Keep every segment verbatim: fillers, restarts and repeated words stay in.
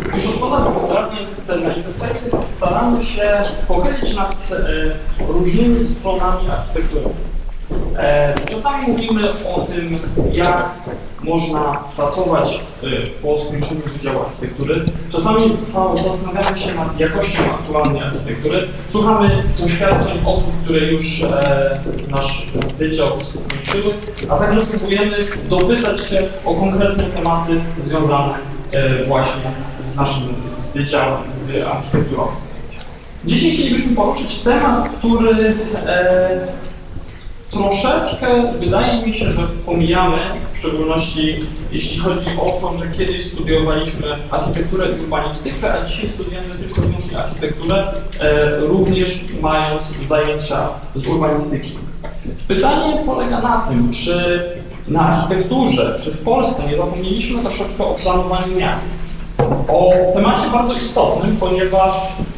Już od ponad dwóch ten interfejsy staramy się pochylić nad e, różnymi stronami architektury. E, czasami mówimy o tym, jak można pracować e, po skończeniu Wydziału Architektury. Czasami zastanawiamy się nad jakością aktualnej architektury. Słuchamy doświadczeń osób, które już e, nasz wydział skończyły, a także próbujemy dopytać się o konkretne tematy związane e, właśnie z naszym wydziałem, z architekturą. Dzisiaj chcielibyśmy poruszyć temat, który e, troszeczkę wydaje mi się, że pomijamy, w szczególności jeśli chodzi o to, że kiedyś studiowaliśmy architekturę i urbanistykę, a dzisiaj studujemy tylko i wyłącznie architekturę, e, również mając zajęcia z urbanistyki. Pytanie polega na tym, czy na architekturze, czy w Polsce nie zapomnieliśmy troszeczkę o planowaniu miast. O temacie bardzo istotnym, ponieważ,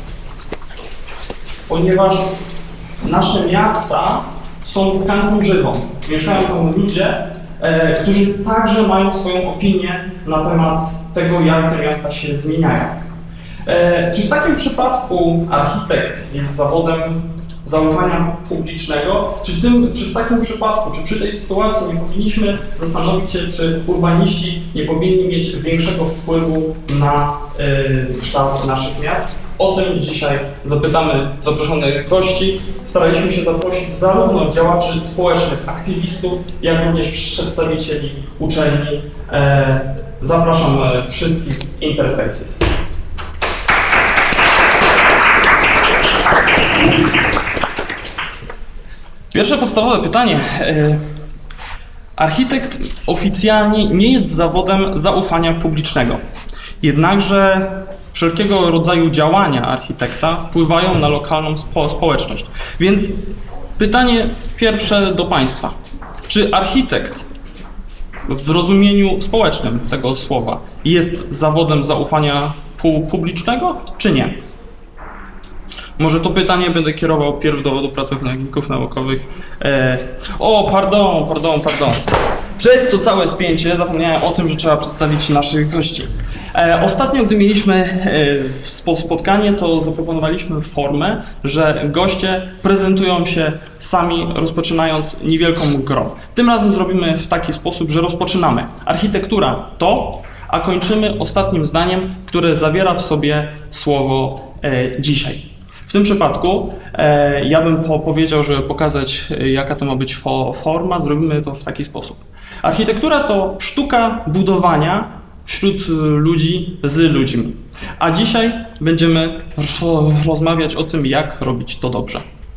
ponieważ nasze miasta są tkanką żywą. Mieszkają tam ludzie, e, którzy także mają swoją opinię na temat tego, jak te miasta się zmieniają. E, czy w takim przypadku architekt jest zawodem zaufania publicznego, czy w, tym, czy w takim przypadku, czy przy tej sytuacji nie powinniśmy zastanowić się, czy urbaniści nie powinni mieć większego wpływu na e, kształt naszych miast? O tym dzisiaj zapytamy zaproszonych gości. Staraliśmy się zaprosić zarówno działaczy społecznych, aktywistów, jak również przedstawicieli uczelni. E, zapraszam wszystkich Interfaces. Pierwsze podstawowe pytanie. Architekt oficjalnie nie jest zawodem zaufania publicznego. Jednakże wszelkiego rodzaju działania architekta wpływają na lokalną spo- społeczność. Więc pytanie pierwsze do Państwa. Czy architekt w rozumieniu społecznym tego słowa jest zawodem zaufania pu- publicznego, czy nie? Może to pytanie będę kierował pierw do, do pracowników naukowych. E, o, pardon, pardon, pardon. Przez to całe spięcie zapomniałem o tym, że trzeba przedstawić naszych gości. E, ostatnio, gdy mieliśmy e, spotkanie, to zaproponowaliśmy formę, że goście prezentują się sami, rozpoczynając niewielką grą. Tym razem zrobimy w taki sposób, że rozpoczynamy architektura to, a kończymy ostatnim zdaniem, które zawiera w sobie słowo e, dzisiaj. W tym przypadku e, ja bym po, powiedział, żeby pokazać, jaka to ma być fo, forma, zrobimy to w taki sposób. Architektura to sztuka budowania wśród ludzi z ludźmi. A dzisiaj będziemy rozmawiać o tym, jak robić to dobrze.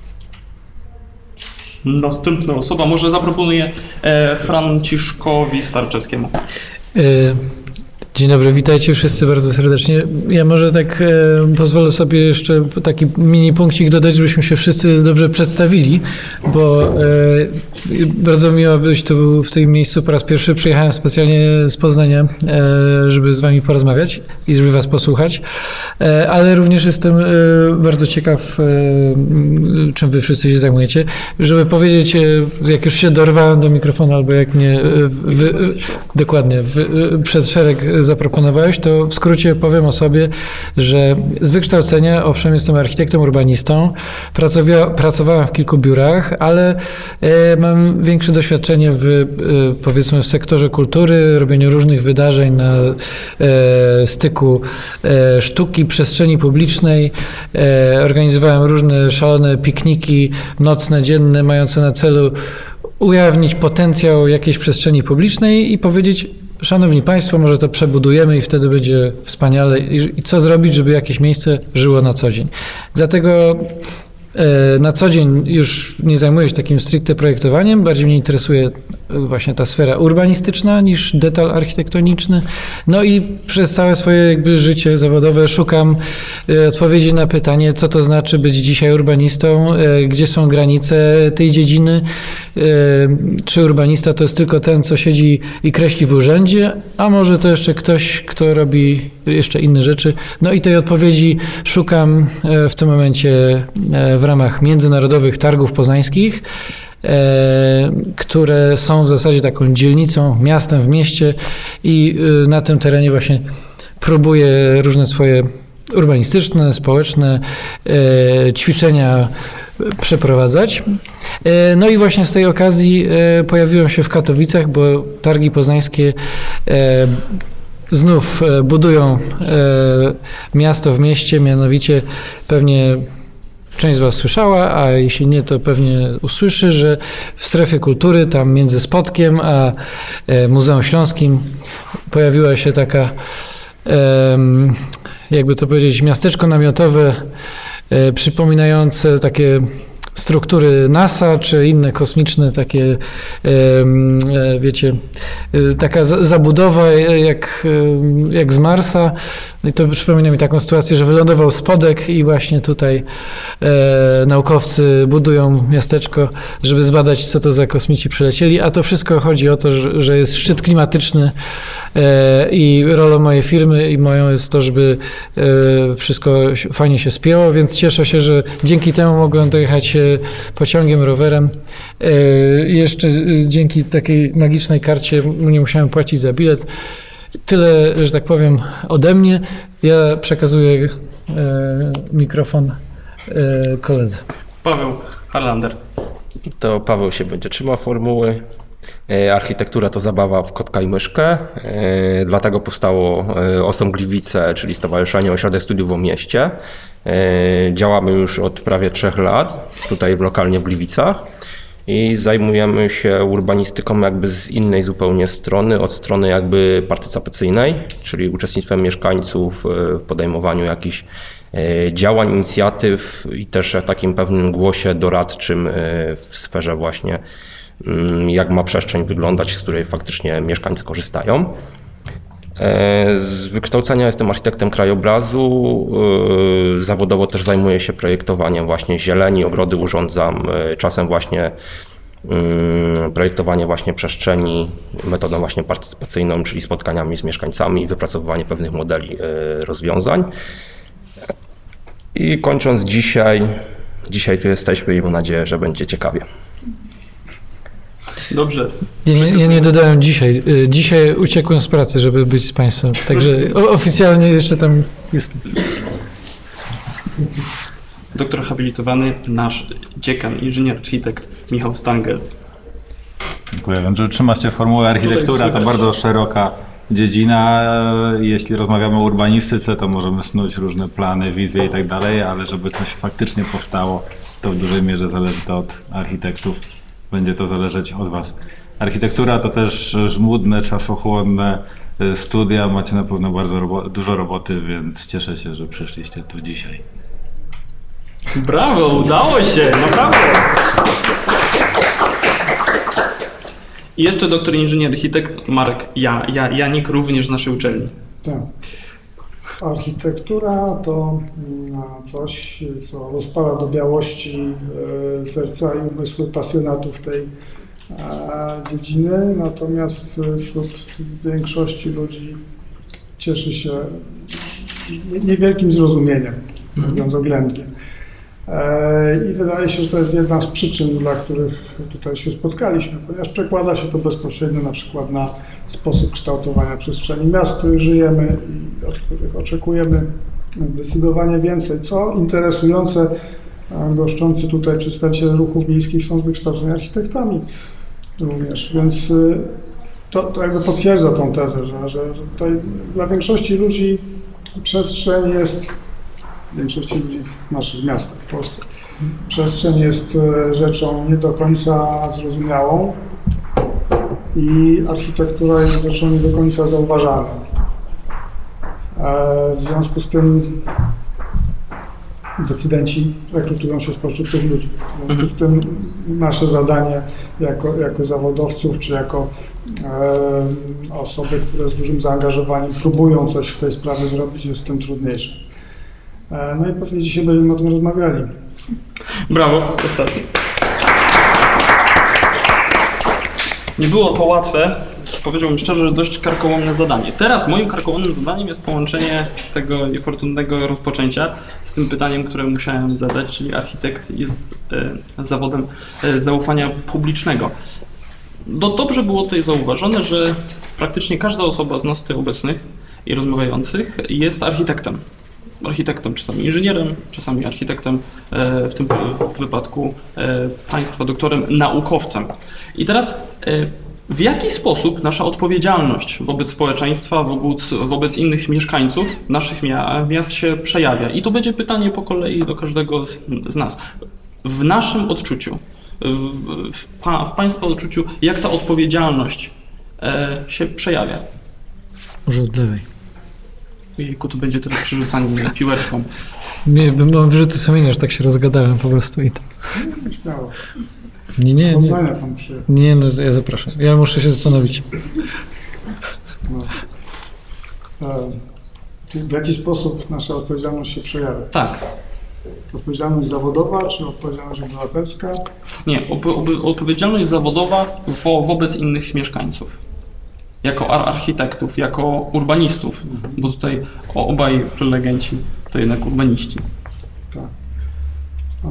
Następna osoba, może zaproponuję e, Franciszkowi Starczewskiemu. Y- Dzień dobry, witajcie wszyscy bardzo serdecznie. Ja może tak e, pozwolę sobie jeszcze taki mini punkcik dodać, żebyśmy się wszyscy dobrze przedstawili, bo e, bardzo miło być tu w tym miejscu po raz pierwszy. Przyjechałem specjalnie z Poznania, e, żeby z wami porozmawiać i żeby was posłuchać, e, ale również jestem e, bardzo ciekaw, e, czym wy wszyscy się zajmujecie, żeby powiedzieć, e, jak już się dorwałem do mikrofonu, albo jak nie, e, wy, e, dokładnie, wy, e, przed szereg zaproponowałeś, to w skrócie powiem o sobie, że z wykształcenia, owszem, jestem architektem, urbanistą, pracowia, pracowałem w kilku biurach, ale e, mam większe doświadczenie w, e, powiedzmy, w sektorze kultury, robieniu różnych wydarzeń na e, styku e, sztuki, przestrzeni publicznej. E, organizowałem różne szalone pikniki nocne, dzienne, mające na celu ujawnić potencjał jakiejś przestrzeni publicznej i powiedzieć: szanowni Państwo, może to przebudujemy i wtedy będzie wspaniale. I, i co zrobić, żeby jakieś miejsce żyło na co dzień. Dlatego e, na co dzień już nie zajmuję się takim stricte projektowaniem. Bardziej mnie interesuje właśnie ta sfera urbanistyczna niż detal architektoniczny. No i przez całe swoje jakby życie zawodowe szukam e, odpowiedzi na pytanie, co to znaczy być dzisiaj urbanistą, e, gdzie są granice tej dziedziny, e, czy urbanista to jest tylko ten, co siedzi i kreśli w urzędzie, a może to jeszcze ktoś, kto robi jeszcze inne rzeczy. No i tej odpowiedzi szukam e, w tym momencie e, w ramach międzynarodowych targów poznańskich, które są w zasadzie taką dzielnicą, miastem w mieście i na tym terenie właśnie próbuje różne swoje urbanistyczne, społeczne e, ćwiczenia przeprowadzać. E, no i właśnie z tej okazji e, pojawiłem się w Katowicach, bo targi poznańskie e, znów e, budują e, miasto w mieście, mianowicie pewnie część z Was słyszała, a jeśli nie, to pewnie usłyszy, że w strefie kultury, tam między Spodkiem a e, Muzeum Śląskim pojawiła się taka e, jakby to powiedzieć, miasteczko namiotowe e, przypominające takie struktury NASA, czy inne kosmiczne takie, e, e, wiecie, e, taka za, zabudowa jak, e, jak z Marsa. I to przypomina mi taką sytuację, że wylądował Spodek i właśnie tutaj e, naukowcy budują miasteczko, żeby zbadać, co to za kosmici przylecieli, a to wszystko chodzi o to, że, że jest szczyt klimatyczny e, i rolą mojej firmy i moją jest to, żeby e, wszystko fajnie się spięło, więc cieszę się, że dzięki temu mogłem dojechać e, pociągiem, rowerem. E, jeszcze dzięki takiej magicznej karcie nie musiałem płacić za bilet. Tyle, że tak powiem, ode mnie. Ja przekazuję e, mikrofon e, koledze. Paweł Harlander. To Paweł się będzie trzymał formuły. E, architektura to zabawa w kotka i myszkę. E, dlatego powstało e, Osom Gliwice, czyli Stowarzyszenie Ośrodek Studiów o Mieście. E, działamy już od prawie trzech lat, tutaj lokalnie w Gliwicach. I zajmujemy się urbanistyką jakby z innej zupełnie strony, od strony jakby partycypacyjnej, czyli uczestnictwem mieszkańców w podejmowaniu jakichś działań, inicjatyw i też takim pewnym głosie doradczym w sferze właśnie jak ma przestrzeń wyglądać, z której faktycznie mieszkańcy korzystają. Z wykształcenia jestem architektem krajobrazu, zawodowo też zajmuję się projektowaniem właśnie zieleni, ogrody urządzam, czasem właśnie projektowanie właśnie przestrzeni metodą właśnie partycypacyjną, czyli spotkaniami z mieszkańcami i wypracowywanie pewnych modeli rozwiązań. I kończąc dzisiaj, dzisiaj tu jesteśmy i mam nadzieję, że będzie ciekawie. Dobrze. Ja nie, ja nie dodałem dzisiaj. Dzisiaj uciekłem z pracy, żeby być z Państwem. Także oficjalnie jeszcze tam jest. Doktor habilitowany, nasz dziekan, inżynier, architekt Michał Stangel. Dziękuję. Wiem, że trzyma się formuły architektura, to bardzo szeroka dziedzina. Jeśli rozmawiamy o urbanistyce, to możemy snuć różne plany, wizje i tak dalej, ale żeby coś faktycznie powstało, to w dużej mierze zależy to od architektów. Będzie to zależeć od Was. Architektura to też żmudne, czasochłonne studia. Macie na pewno bardzo robo- dużo roboty, więc cieszę się, że przyszliście tu dzisiaj. Brawo, udało się, naprawdę. I jeszcze doktor inżynier architekt Marek ja, ja, Janik, również z naszej uczelni. Tak. Architektura to coś, co rozpala do białości serca i umysły pasjonatów tej dziedziny, natomiast wśród większości ludzi cieszy się niewielkim zrozumieniem, mówiąc oględnie. I wydaje się, że to jest jedna z przyczyn, dla których tutaj się spotkaliśmy, ponieważ przekłada się to bezpośrednio na przykład na sposób kształtowania przestrzeni miast, w których żyjemy i od których oczekujemy zdecydowanie więcej. Co interesujące, goszczący tutaj przedstawiciele ruchów miejskich są z wykształcenia architektami również, więc to, to jakby potwierdza tą tezę, że, że, że tutaj dla większości ludzi przestrzeń jest większości ludzi w naszych miastach w Polsce. Przestrzeń jest rzeczą nie do końca zrozumiałą i architektura jest rzeczą nie do końca zauważalną. W związku z tym decydenci rekrutują się spośród tych ludzi. W związku z tym nasze zadanie jako, jako zawodowców, czy jako e, osoby, które z dużym zaangażowaniem próbują coś w tej sprawie zrobić, jest tym trudniejsze. No i pewnie dzisiaj będziemy o tym rozmawiali. Brawo, ostatni. Nie było to łatwe, powiedziałbym szczerze, dość karkołomne zadanie. Teraz moim karkołomnym zadaniem jest połączenie tego niefortunnego rozpoczęcia z tym pytaniem, które musiałem zadać, czyli architekt jest e, zawodem e, zaufania publicznego. No dobrze było tutaj zauważone, że praktycznie każda osoba z nas tutaj obecnych i rozmawiających jest architektem. Architektem, czasami inżynierem, czasami architektem, e, w tym w wypadku e, państwa doktorem, naukowcem. I teraz e, w jaki sposób nasza odpowiedzialność wobec społeczeństwa, wobec, wobec innych mieszkańców naszych mia- miast się przejawia? I to będzie pytanie po kolei do każdego z, z nas. W naszym odczuciu, w, w, pa, w Państwa odczuciu, jak ta odpowiedzialność e, się przejawia? Może od lewej. Jejku, to będzie teraz przerzucanie piłeczką. Nie, mam wyrzuty sumienia, że tak się rozgadałem po prostu i tak. Śmiało. Nie, nie, nie. Pozwania pan przyjął. Nie, no ja zapraszam. Ja muszę się zastanowić. No. E, czyli w jaki sposób nasza odpowiedzialność się przejawia? Tak. Odpowiedzialność zawodowa czy odpowiedzialność obywatelska? Nie, ob, ob, odpowiedzialność zawodowa wo, wobec innych mieszkańców. Jako ar, architektów, jako urbanistów, bo tutaj o, obaj prelegenci to jednak urbaniści. Tak. E,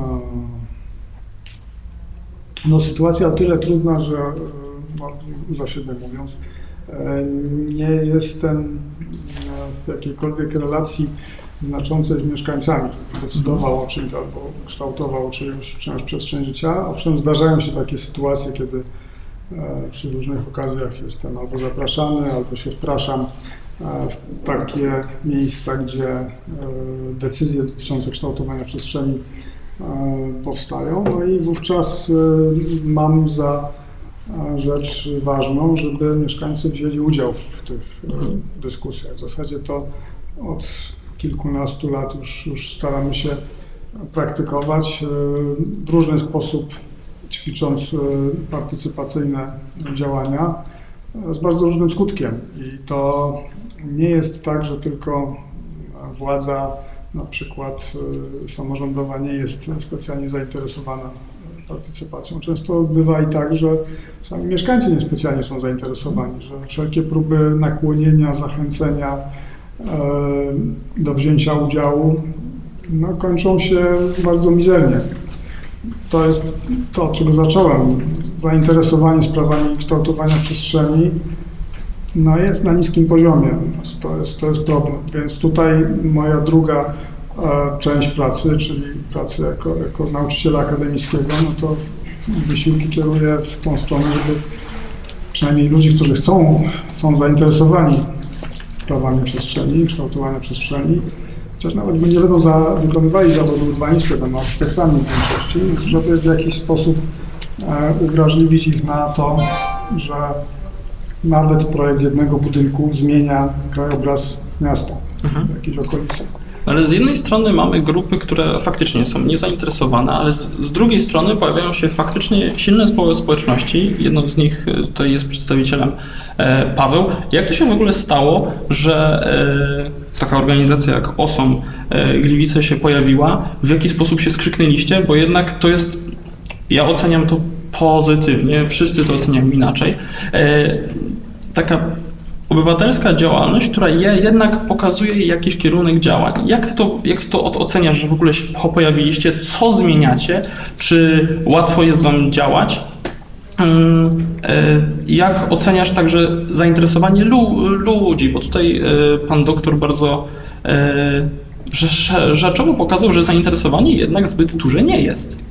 no sytuacja o tyle trudna, że e, no, za siebie mówiąc, e, nie jestem w jakiejkolwiek relacji znaczącej z mieszkańcami, decydował o czymś albo kształtował czyjąś, czyjąś przestrzeń życia. Owszem, zdarzają się takie sytuacje, kiedy e, przy różnych okazjach jestem albo zapraszany, albo się wpraszam e, w takie miejsca, gdzie e, decyzje dotyczące kształtowania przestrzeni e, powstają. No i wówczas e, mam za e, rzecz ważną, żeby mieszkańcy wzięli udział w tych e, dyskusjach. W zasadzie to od kilkunastu lat już, już staramy się praktykować w różny sposób, ćwicząc partycypacyjne działania z bardzo różnym skutkiem. I to nie jest tak, że tylko władza, na przykład samorządowa, nie jest specjalnie zainteresowana partycypacją. Często bywa i tak, że sami mieszkańcy niespecjalnie są zainteresowani, że wszelkie próby nakłonienia, zachęcenia do wzięcia udziału no, kończą się bardzo mizernie. To jest to, od czego zacząłem. Zainteresowanie sprawami kształtowania przestrzeni no, jest na niskim poziomie. To jest, to jest problem. Więc tutaj moja druga e, część pracy, czyli pracy jako, jako nauczyciela akademickiego, no to wysiłki kieruję w tą stronę, żeby przynajmniej ludzi, którzy chcą, są zainteresowani sprawami przestrzeni, kształtowania przestrzeni, chociaż nawet by nie będą za, wykonywali zawodu urbanisty, będą architektami w większości, żeby w jakiś sposób e, uwrażliwić ich na to, że nawet projekt jednego budynku zmienia krajobraz miasta Mhm. w jakiejś okolicy. Ale z jednej strony mamy grupy, które faktycznie są niezainteresowane, ale z, z drugiej strony pojawiają się faktycznie silne spo- społeczności. Jedną z nich e, tutaj jest przedstawicielem e, Paweł. Jak to się w ogóle stało, że e, taka organizacja jak OSOM e, Gliwice się pojawiła? W jaki sposób się skrzyknęliście? Bo jednak to jest, ja oceniam to pozytywnie, wszyscy to oceniają inaczej. E, taka obywatelska działalność, która je, jednak pokazuje jakiś kierunek działań. Jak to, jak to oceniasz, że w ogóle się pojawiliście? Co zmieniacie? Czy łatwo jest wam działać? Jak oceniasz także zainteresowanie lu, ludzi? Bo tutaj pan doktor bardzo rzeczowo pokazał, że zainteresowanie jednak zbyt duże nie jest.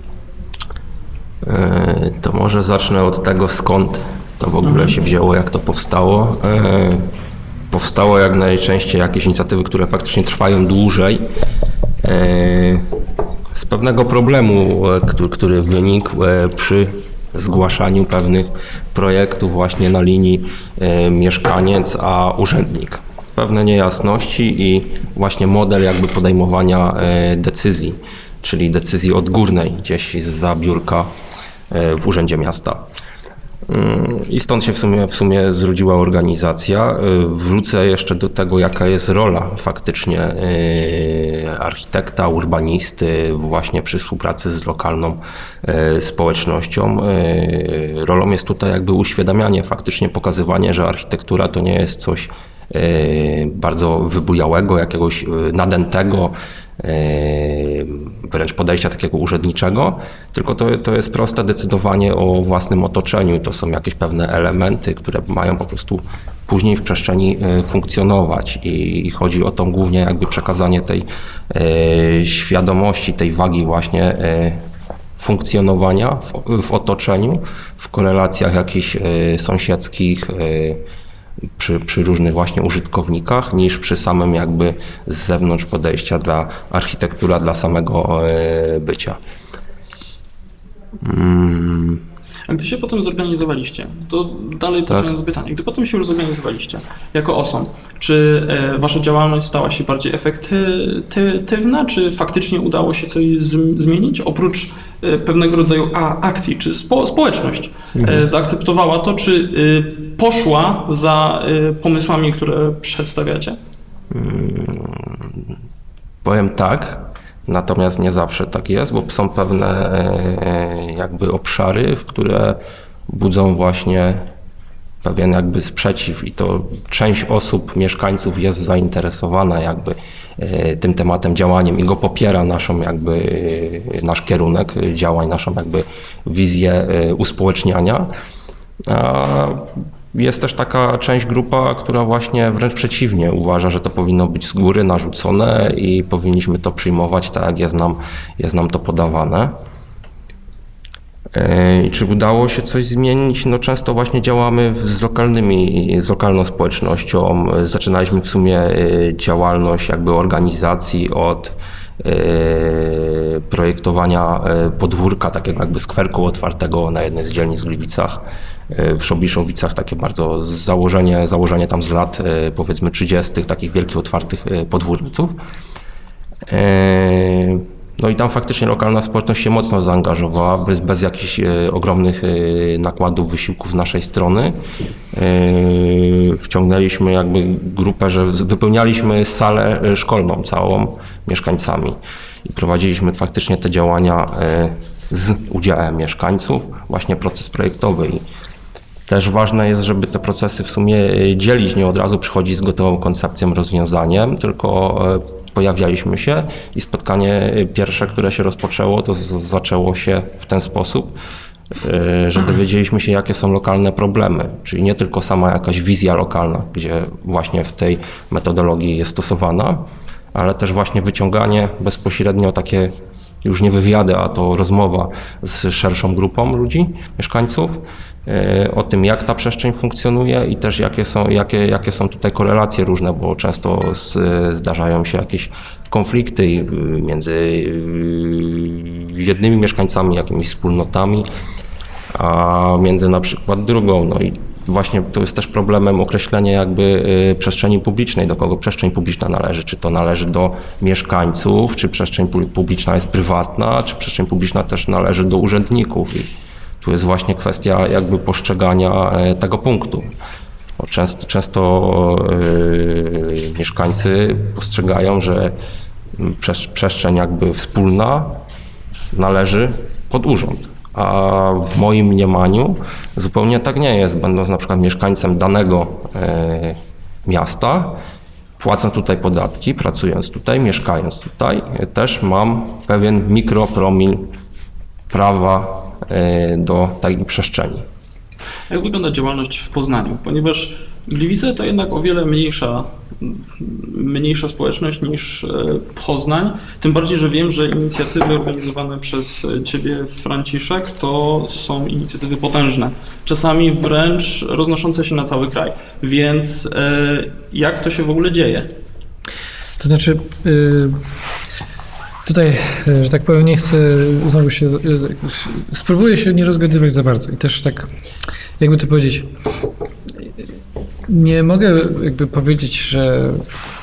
To może zacznę od tego, skąd to w ogóle się wzięło, jak to powstało. E, powstało jak najczęściej jakieś inicjatywy, które faktycznie trwają dłużej. E, z pewnego problemu, który, który wynikł e, przy zgłaszaniu pewnych projektów właśnie na linii e, mieszkaniec a urzędnik. Pewne niejasności i właśnie model jakby podejmowania e, decyzji, czyli decyzji odgórnej gdzieś zza biurka e, w Urzędzie Miasta. I stąd się w sumie, w sumie zrodziła organizacja. Wrócę jeszcze do tego, jaka jest rola faktycznie architekta, urbanisty właśnie przy współpracy z lokalną społecznością. Rolą jest tutaj jakby uświadamianie, faktycznie pokazywanie, że architektura to nie jest coś bardzo wybujałego, jakiegoś nadętego, wręcz podejścia takiego urzędniczego, tylko to, to jest proste decydowanie o własnym otoczeniu. To są jakieś pewne elementy, które mają po prostu później w przestrzeni funkcjonować i chodzi o to głównie jakby przekazanie tej świadomości, tej wagi właśnie funkcjonowania w, w otoczeniu, w korelacjach jakichś sąsiedzkich, przy, przy różnych właśnie użytkownikach, niż przy samym jakby z zewnątrz podejścia dla architektura, dla samego bycia. Hmm. A gdy się potem zorganizowaliście, to dalej Tak. pociągnę do pytania, gdy potem się już zorganizowaliście jako OSOM, czy e, wasza działalność stała się bardziej efektywna, czy faktycznie udało się coś z, zmienić? Oprócz e, pewnego rodzaju a, akcji, czy spo, społeczność mhm. e, zaakceptowała to, czy e, poszła za e, pomysłami, które przedstawiacie? Hmm. Powiem tak. Natomiast nie zawsze tak jest, bo są pewne jakby obszary, w które budzą właśnie pewien jakby sprzeciw i to część osób, mieszkańców jest zainteresowana jakby tym tematem, działaniem i go popiera naszą jakby, nasz kierunek działań, naszą jakby wizję uspołeczniania. A jest też taka część grupa, która właśnie wręcz przeciwnie uważa, że to powinno być z góry narzucone i powinniśmy to przyjmować tak, jak jest nam, jest nam to podawane. I czy udało się coś zmienić? No często właśnie działamy z lokalnymi, z lokalną społecznością. Zaczynaliśmy w sumie działalność jakby organizacji od projektowania podwórka, takiego jakby skwerku otwartego na jednej z dzielnic w Gliwicach, w Szobiszowicach, takie bardzo założenie, założenie tam z lat powiedzmy trzydziestych, takich wielkich otwartych podwórców. No i tam faktycznie lokalna społeczność się mocno zaangażowała, bez, bez jakichś ogromnych nakładów, wysiłków z naszej strony. Wciągnęliśmy jakby grupę, że wypełnialiśmy salę szkolną całą mieszkańcami i prowadziliśmy faktycznie te działania z udziałem mieszkańców, właśnie proces projektowy. I też ważne jest, żeby te procesy w sumie dzielić, nie od razu przychodzić z gotową koncepcją, rozwiązaniem, tylko pojawialiśmy się i spotkanie pierwsze, które się rozpoczęło, to z- zaczęło się w ten sposób, że dowiedzieliśmy się, jakie są lokalne problemy, czyli nie tylko sama jakaś wizja lokalna, gdzie właśnie w tej metodologii jest stosowana, ale też właśnie wyciąganie bezpośrednio takie już nie wywiady, a to rozmowa z szerszą grupą ludzi, mieszkańców, o tym, jak ta przestrzeń funkcjonuje i też jakie są, jakie, jakie są tutaj korelacje różne, bo często z, zdarzają się jakieś konflikty między jednymi mieszkańcami, jakimiś wspólnotami, a między na przykład drugą. No i właśnie to jest też problemem określenia jakby przestrzeni publicznej, do kogo przestrzeń publiczna należy, czy to należy do mieszkańców, czy przestrzeń publiczna jest prywatna, czy przestrzeń publiczna też należy do urzędników. I tu jest właśnie kwestia jakby postrzegania tego punktu. Bo często, często yy, mieszkańcy postrzegają, że przestrzeń jakby wspólna należy pod urząd. A w moim mniemaniu zupełnie tak nie jest. Będąc na przykład mieszkańcem danego e, miasta, płacę tutaj podatki, pracując tutaj, mieszkając tutaj, też mam pewien mikropromil prawa e, do tej przestrzeni. Jak wygląda działalność w Poznaniu? Ponieważ Gliwice to jednak o wiele mniejsza, mniejsza społeczność niż Poznań. Tym bardziej, że wiem, że inicjatywy organizowane przez Ciebie, Franciszek, to są inicjatywy potężne. Czasami wręcz roznoszące się na cały kraj. Więc jak to się w ogóle dzieje? To znaczy... Yy... Tutaj, że tak powiem, nie chcę znowu się, spróbuję się nie rozgadywać za bardzo i też tak, jakby to powiedzieć, nie mogę jakby powiedzieć, że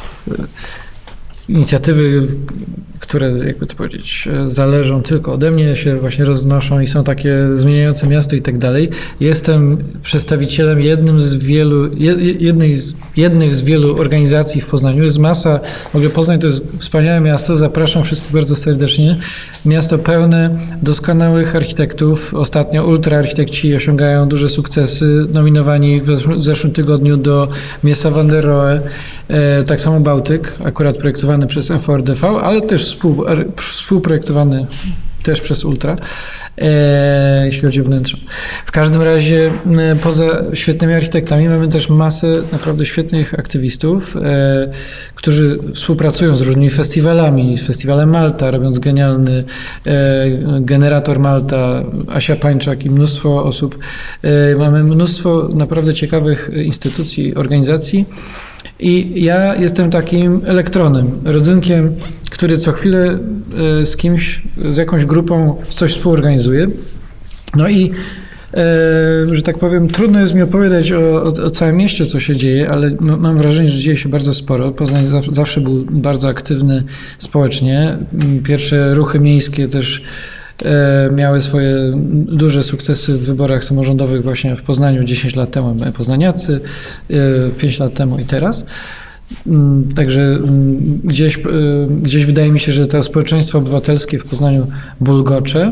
inicjatywy, które, jakby to powiedzieć, zależą tylko ode mnie, się właśnie roznoszą i są takie zmieniające miasto i tak dalej. Jestem przedstawicielem jednym z wielu, jednej z, jednych z wielu organizacji w Poznaniu. Jest masa, w ogóle Poznań to jest wspaniałe miasto, zapraszam wszystkich bardzo serdecznie. Miasto pełne doskonałych architektów. Ostatnio ultraarchitekci osiągają duże sukcesy, nominowani w zeszłym tygodniu do Miesa van der Rohe. Tak samo Bałtyk, akurat projektowany przez F O R D V, ale też współ, współprojektowany też przez ultra, e, jeśli chodzi o wnętrze. W każdym razie e, poza świetnymi architektami mamy też masę naprawdę świetnych aktywistów, e, którzy współpracują z różnymi festiwalami, z Festiwalem Malta, robiąc genialny e, generator Malta, Asia Pańczak i mnóstwo osób. E, mamy mnóstwo naprawdę ciekawych instytucji, organizacji. I ja jestem takim elektronem, rodzynkiem, który co chwilę z kimś, z jakąś grupą coś współorganizuje. No i, e, że tak powiem, trudno jest mi opowiadać o, o, o całym mieście, co się dzieje, ale m- mam wrażenie, że dzieje się bardzo sporo. Poznań zawsze, zawsze był bardzo aktywny społecznie. Pierwsze ruchy miejskie też miały swoje duże sukcesy w wyborach samorządowych właśnie w Poznaniu dziesięć lat temu, poznaniacy, pięć lat temu i teraz. Także gdzieś, gdzieś wydaje mi się, że to społeczeństwo obywatelskie w Poznaniu bulgocze.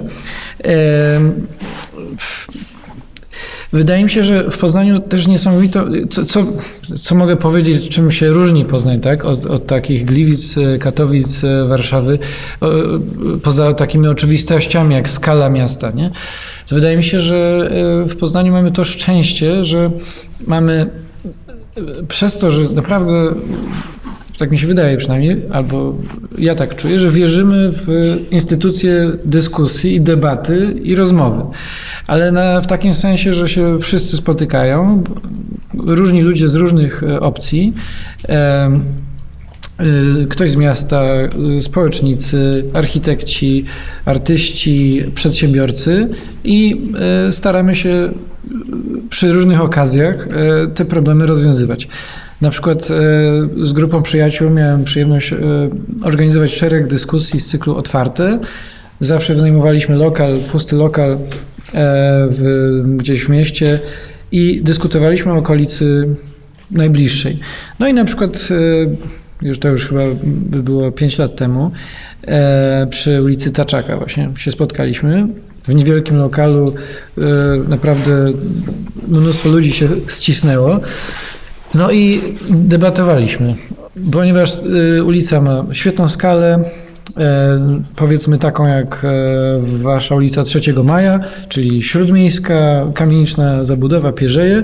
Wydaje mi się, że w Poznaniu też niesamowito, co, co, co mogę powiedzieć, czym się różni Poznań, tak, od, od takich Gliwic, Katowic, Warszawy, poza takimi oczywistościami jak skala miasta, nie? To wydaje mi się, że w Poznaniu mamy to szczęście, że mamy przez to, że naprawdę, tak mi się wydaje przynajmniej, albo ja tak czuję, że wierzymy w instytucje dyskusji i debaty i rozmowy. Ale na, w takim sensie, że się wszyscy spotykają, różni ludzie z różnych opcji, e, ktoś z miasta, społecznicy, architekci, artyści, przedsiębiorcy i e, staramy się przy różnych okazjach e, te problemy rozwiązywać. Na przykład e, z grupą przyjaciół miałem przyjemność e, organizować szereg dyskusji z cyklu Otwarte. Zawsze wynajmowaliśmy lokal, pusty lokal e, w, gdzieś w mieście i dyskutowaliśmy o okolicy najbliższej. No i na przykład, e, już to już chyba by było pięć lat temu, e, przy ulicy Taczaka właśnie się spotkaliśmy. W niewielkim lokalu e, naprawdę mnóstwo ludzi się ścisnęło. No i debatowaliśmy, ponieważ y, ulica ma świetną skalę, e, powiedzmy taką jak e, wasza ulica trzeciego maja, czyli śródmiejska, kamieniczna zabudowa Pierzeje,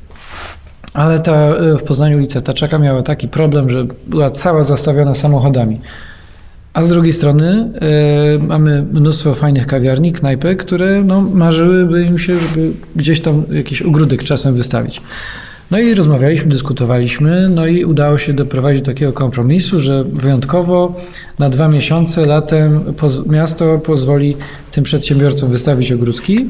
ale ta e, w Poznaniu ulica Taczaka miała taki problem, że była cała zastawiona samochodami. A z drugiej strony e, mamy mnóstwo fajnych kawiarni, knajpek, które no, marzyłyby im się, żeby gdzieś tam jakiś ogródek czasem wystawić. No i rozmawialiśmy, dyskutowaliśmy, no i udało się doprowadzić do takiego kompromisu, że wyjątkowo na dwa miesiące latem poz- miasto pozwoli tym przedsiębiorcom wystawić ogródki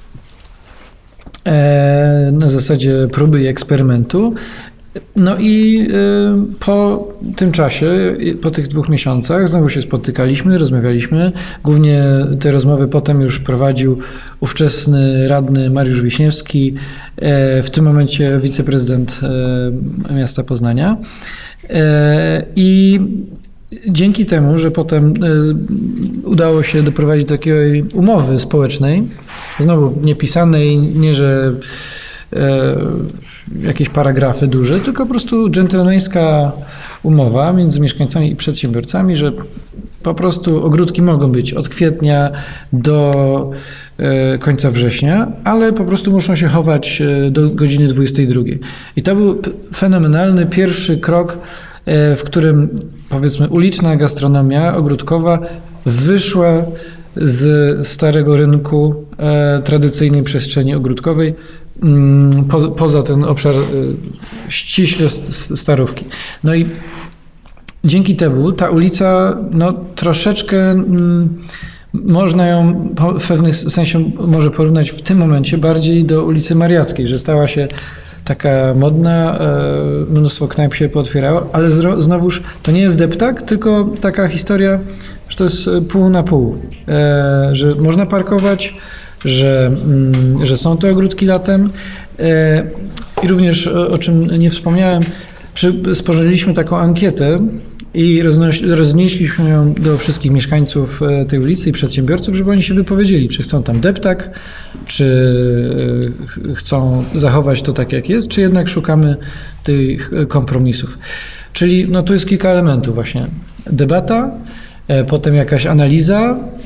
e, na zasadzie próby i eksperymentu. No i y, po tym czasie, po tych dwóch miesiącach znowu się spotykaliśmy, rozmawialiśmy. Głównie te rozmowy potem już prowadził ówczesny radny Mariusz Wiśniewski, e, w tym momencie wiceprezydent e, miasta Poznania. E, I dzięki temu, że potem e, udało się doprowadzić do takiej umowy społecznej, znowu niepisanej, nie że e, jakieś paragrafy duże, tylko po prostu dżentelmeńska umowa między mieszkańcami i przedsiębiorcami, że po prostu ogródki mogą być od kwietnia do e, końca września, ale po prostu muszą się chować do godziny dwudziestej drugiej. I to był fenomenalny pierwszy krok, e, w którym powiedzmy uliczna gastronomia ogródkowa wyszła z starego rynku e, tradycyjnej przestrzeni ogródkowej Po, poza ten obszar y, ściśle starówki. No i dzięki temu ta ulica no, troszeczkę mm, można ją po, w pewnym sensie może porównać w tym momencie bardziej do ulicy Mariackiej, że stała się taka modna, y, mnóstwo knajp się pootwierało, ale zro, znowuż to nie jest deptak, tylko taka historia, że to jest pół na pół, y, że można parkować, Że, że są to ogródki latem i również, o czym nie wspomniałem, sporządziliśmy taką ankietę i roznieśliśmy ją do wszystkich mieszkańców tej ulicy i przedsiębiorców, żeby oni się wypowiedzieli, czy chcą tam deptak, czy chcą zachować to tak jak jest, czy jednak szukamy tych kompromisów. Czyli no, tu jest kilka elementów właśnie. Debata, potem jakaś analiza,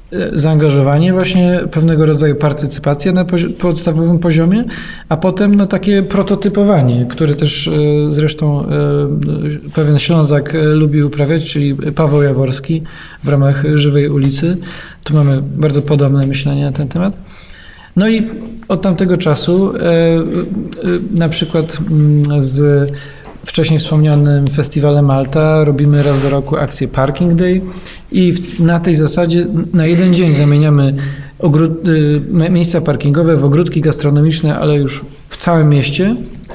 zaangażowanie, właśnie pewnego rodzaju partycypacja na pozi- podstawowym poziomie, a potem no, takie prototypowanie, które też e, zresztą e, pewien Ślązak e, lubi uprawiać, czyli Paweł Jaworski w ramach Żywej Ulicy. Tu mamy bardzo podobne myślenie na ten temat. No i od tamtego czasu e, e, na przykład m, z wcześniej wspomnianym Festiwalem Malta robimy raz do roku akcję Parking Day i w, na tej zasadzie na jeden dzień zamieniamy ogród, y, miejsca parkingowe w ogródki gastronomiczne, ale już w całym mieście.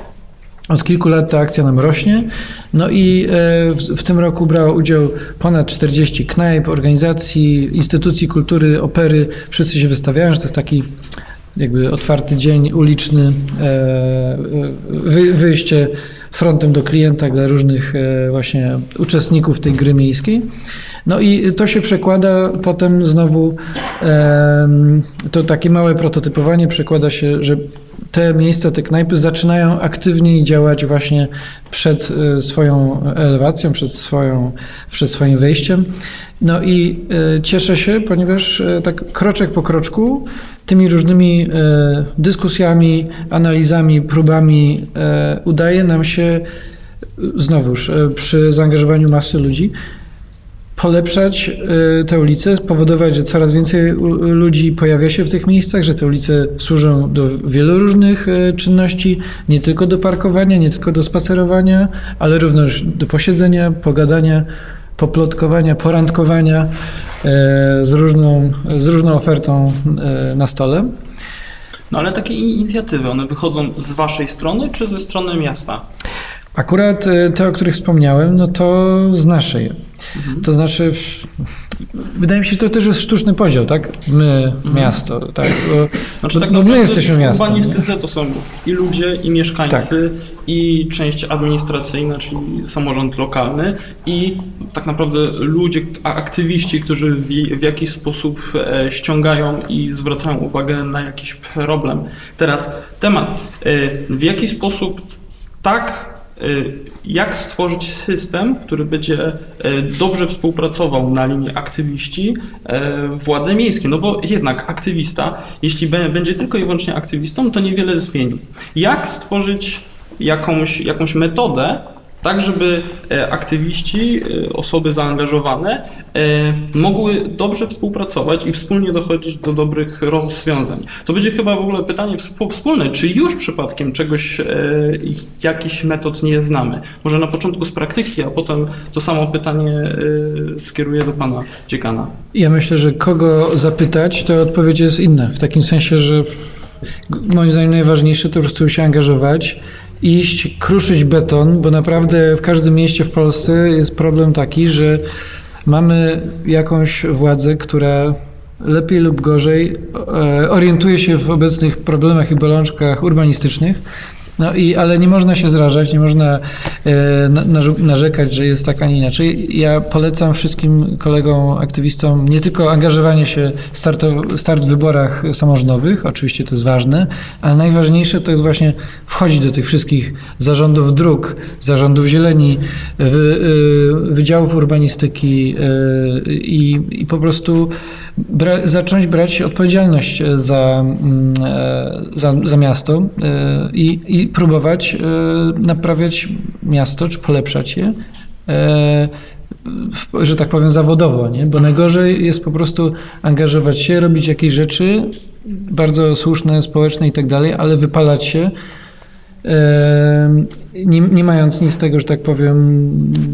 Od kilku lat ta akcja nam rośnie. No i w, w tym roku brało udział ponad czterdzieści knajp, organizacji, instytucji kultury, opery. Wszyscy się wystawiają, że to jest taki jakby otwarty dzień uliczny, e, wy, wyjście frontem do klienta dla różnych e, właśnie uczestników tej gry miejskiej. No i to się przekłada potem znowu, e, to takie małe prototypowanie przekłada się, że te miejsca, te knajpy zaczynają aktywniej działać właśnie przed swoją elewacją, przed, swoją, przed swoim wejściem. No i e, cieszę się, ponieważ e, tak kroczek po kroczku tymi różnymi e, dyskusjami, analizami, próbami e, udaje nam się znowuż e, przy zaangażowaniu masy ludzi polepszać y, te ulice, spowodować, że coraz więcej u, ludzi pojawia się w tych miejscach, że te ulice służą do wielu różnych y, czynności, nie tylko do parkowania, nie tylko do spacerowania, ale również do posiedzenia, pogadania, poplotkowania, porandkowania y, z, różną, z różną ofertą y, na stole. No ale takie inicjatywy, one wychodzą z waszej strony czy ze strony miasta? Akurat te, o których wspomniałem, no to z naszej. Mhm. To znaczy, wydaje mi się, że to też jest sztuczny podział, tak? My, mhm. miasto, tak? Bo, znaczy, tak bo my jesteśmy miastem. W urbanistyce to są i ludzie, i mieszkańcy, tak. i część administracyjna, czyli samorząd lokalny i tak naprawdę ludzie, aktywiści, którzy w, w jakiś sposób e, ściągają i zwracają uwagę na jakiś problem. Teraz temat, e, w jaki sposób tak jak stworzyć system, który będzie dobrze współpracował na linii aktywiści, władze miejskie. No bo jednak aktywista, jeśli będzie tylko i wyłącznie aktywistą, to niewiele zmieni. Jak stworzyć jakąś, jakąś metodę, tak żeby aktywiści, osoby zaangażowane mogły dobrze współpracować i wspólnie dochodzić do dobrych rozwiązań. To będzie chyba w ogóle pytanie wspólne, czy już przypadkiem czegoś, jakichś metod nie znamy. Może na początku z praktyki, a potem to samo pytanie skieruję do pana dziekana. Ja myślę, że kogo zapytać, to odpowiedź jest inna. W takim sensie, że moim zdaniem najważniejsze to po prostu się angażować, iść, kruszyć beton, bo naprawdę w każdym mieście w Polsce jest problem taki, że mamy jakąś władzę, która lepiej lub gorzej orientuje się w obecnych problemach i bolączkach urbanistycznych. No i, ale nie można się zrażać, nie można e, na, narzekać, że jest tak, a nie inaczej. Ja polecam wszystkim kolegom, aktywistom nie tylko angażowanie się starto, start w wyborach samorządowych, oczywiście to jest ważne, ale najważniejsze to jest właśnie wchodzić do tych wszystkich zarządów dróg, zarządów zieleni, wy, y, wydziałów urbanistyki y, i, i po prostu bra, zacząć brać odpowiedzialność za, y, za, za miasto y, i, i próbować e, naprawiać miasto, czy polepszać je, e, w, że tak powiem zawodowo, nie? Bo najgorzej jest po prostu angażować się, robić jakieś rzeczy bardzo słuszne, społeczne i tak dalej, ale wypalać się, e, nie, nie mając nic z tego, że tak powiem,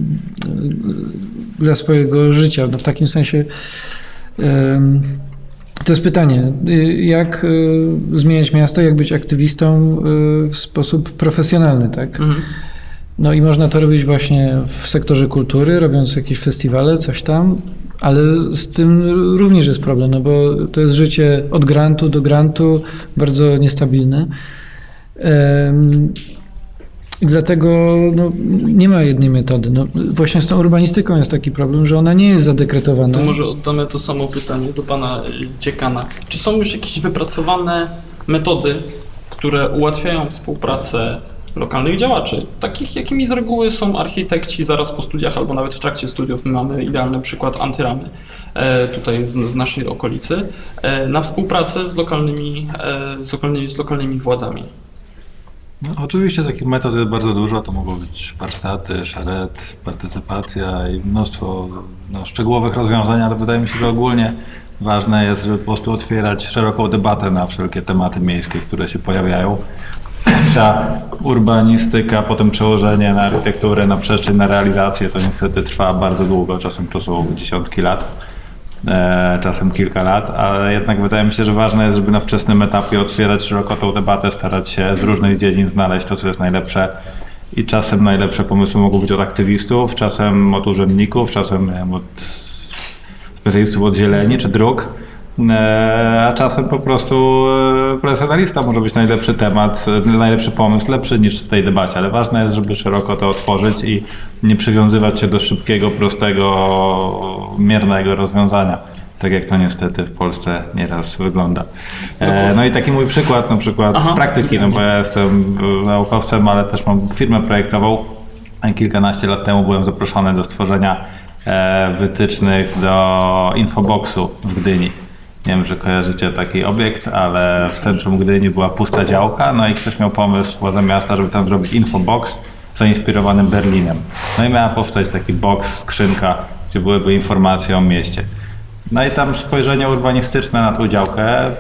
dla swojego życia. No w takim sensie e, to jest pytanie, jak y, zmieniać miasto, jak być aktywistą y, w sposób profesjonalny, tak? Mhm. No i można to robić właśnie w sektorze kultury, robiąc jakieś festiwale, coś tam, ale z tym również jest problem, no bo to jest życie od grantu do grantu, bardzo niestabilne. Ym, I dlatego no, nie ma jednej metody. No, właśnie z tą urbanistyką jest taki problem, że ona nie jest zadekretowana. To może oddamy to samo pytanie do pana dziekana. Czy są już jakieś wypracowane metody, które ułatwiają współpracę lokalnych działaczy, takich jakimi z reguły są architekci zaraz po studiach albo nawet w trakcie studiów. My mamy idealny przykład Antyramy e, tutaj z, z naszej okolicy, e, na współpracę z lokalnymi, e, z lokalnymi, z lokalnymi władzami. No, oczywiście takich metod jest bardzo dużo, to mogą być warsztaty, szaret, partycypacja i mnóstwo no, szczegółowych rozwiązań, ale wydaje mi się, że ogólnie ważne jest, żeby po prostu otwierać szeroką debatę na wszelkie tematy miejskie, które się pojawiają. Ta urbanistyka, potem przełożenie na architekturę, na przestrzeń, na realizację, to niestety trwa bardzo długo, czasem to są dziesiątki lat, e, czasem kilka lat, ale jednak wydaje mi się, że ważne jest, żeby na wczesnym etapie otwierać szeroko tą debatę, starać się z różnych dziedzin znaleźć to, co jest najlepsze i czasem najlepsze pomysły mogą być od aktywistów, czasem od urzędników, czasem nie wiem, od specjalistów od zieleni czy dróg. A czasem po prostu profesjonalista może być najlepszy temat, najlepszy pomysł, lepszy niż w tej debacie, ale ważne jest, żeby szeroko to otworzyć i nie przywiązywać się do szybkiego, prostego, miernego rozwiązania, tak jak to niestety w Polsce nieraz wygląda. No i taki mój przykład, na przykład Aha, z praktyki, no bo ja jestem naukowcem, ale też mam firmę projektową. Kilkanaście lat temu byłem zaproszony do stworzenia wytycznych do infoboxu w Gdyni. Nie wiem, że kojarzycie taki obiekt, ale w centrum Gdyni była pusta działka, no i ktoś miał pomysł władze miasta, żeby tam zrobić infobox zainspirowany Berlinem. No i miała powstać taki box, skrzynka, gdzie byłyby informacje o mieście. No i tam spojrzenie urbanistyczne na tą działkę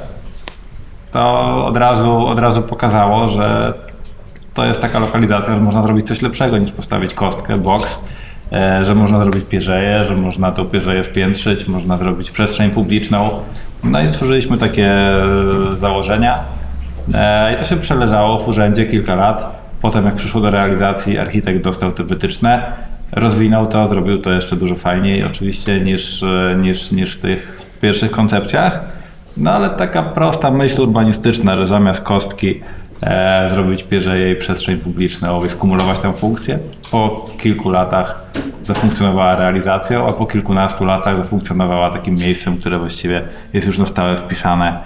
to od razu, od razu pokazało, że to jest taka lokalizacja, że można zrobić coś lepszego niż postawić kostkę, box, że można zrobić pierzeję, że można tą pierzeję spiętrzyć, można zrobić przestrzeń publiczną. No i stworzyliśmy takie założenia i to się przeleżało w urzędzie kilka lat. Potem jak przyszło do realizacji, architekt dostał te wytyczne, rozwinął to, zrobił to jeszcze dużo fajniej oczywiście niż, niż, niż w tych pierwszych koncepcjach. No ale taka prosta myśl urbanistyczna, że zamiast kostki E, zrobić pierzeję i przestrzeń publiczną i skumulować tę funkcję. Po kilku latach zafunkcjonowała realizacją, a po kilkunastu latach zafunkcjonowała takim miejscem, które właściwie jest już na stałe wpisane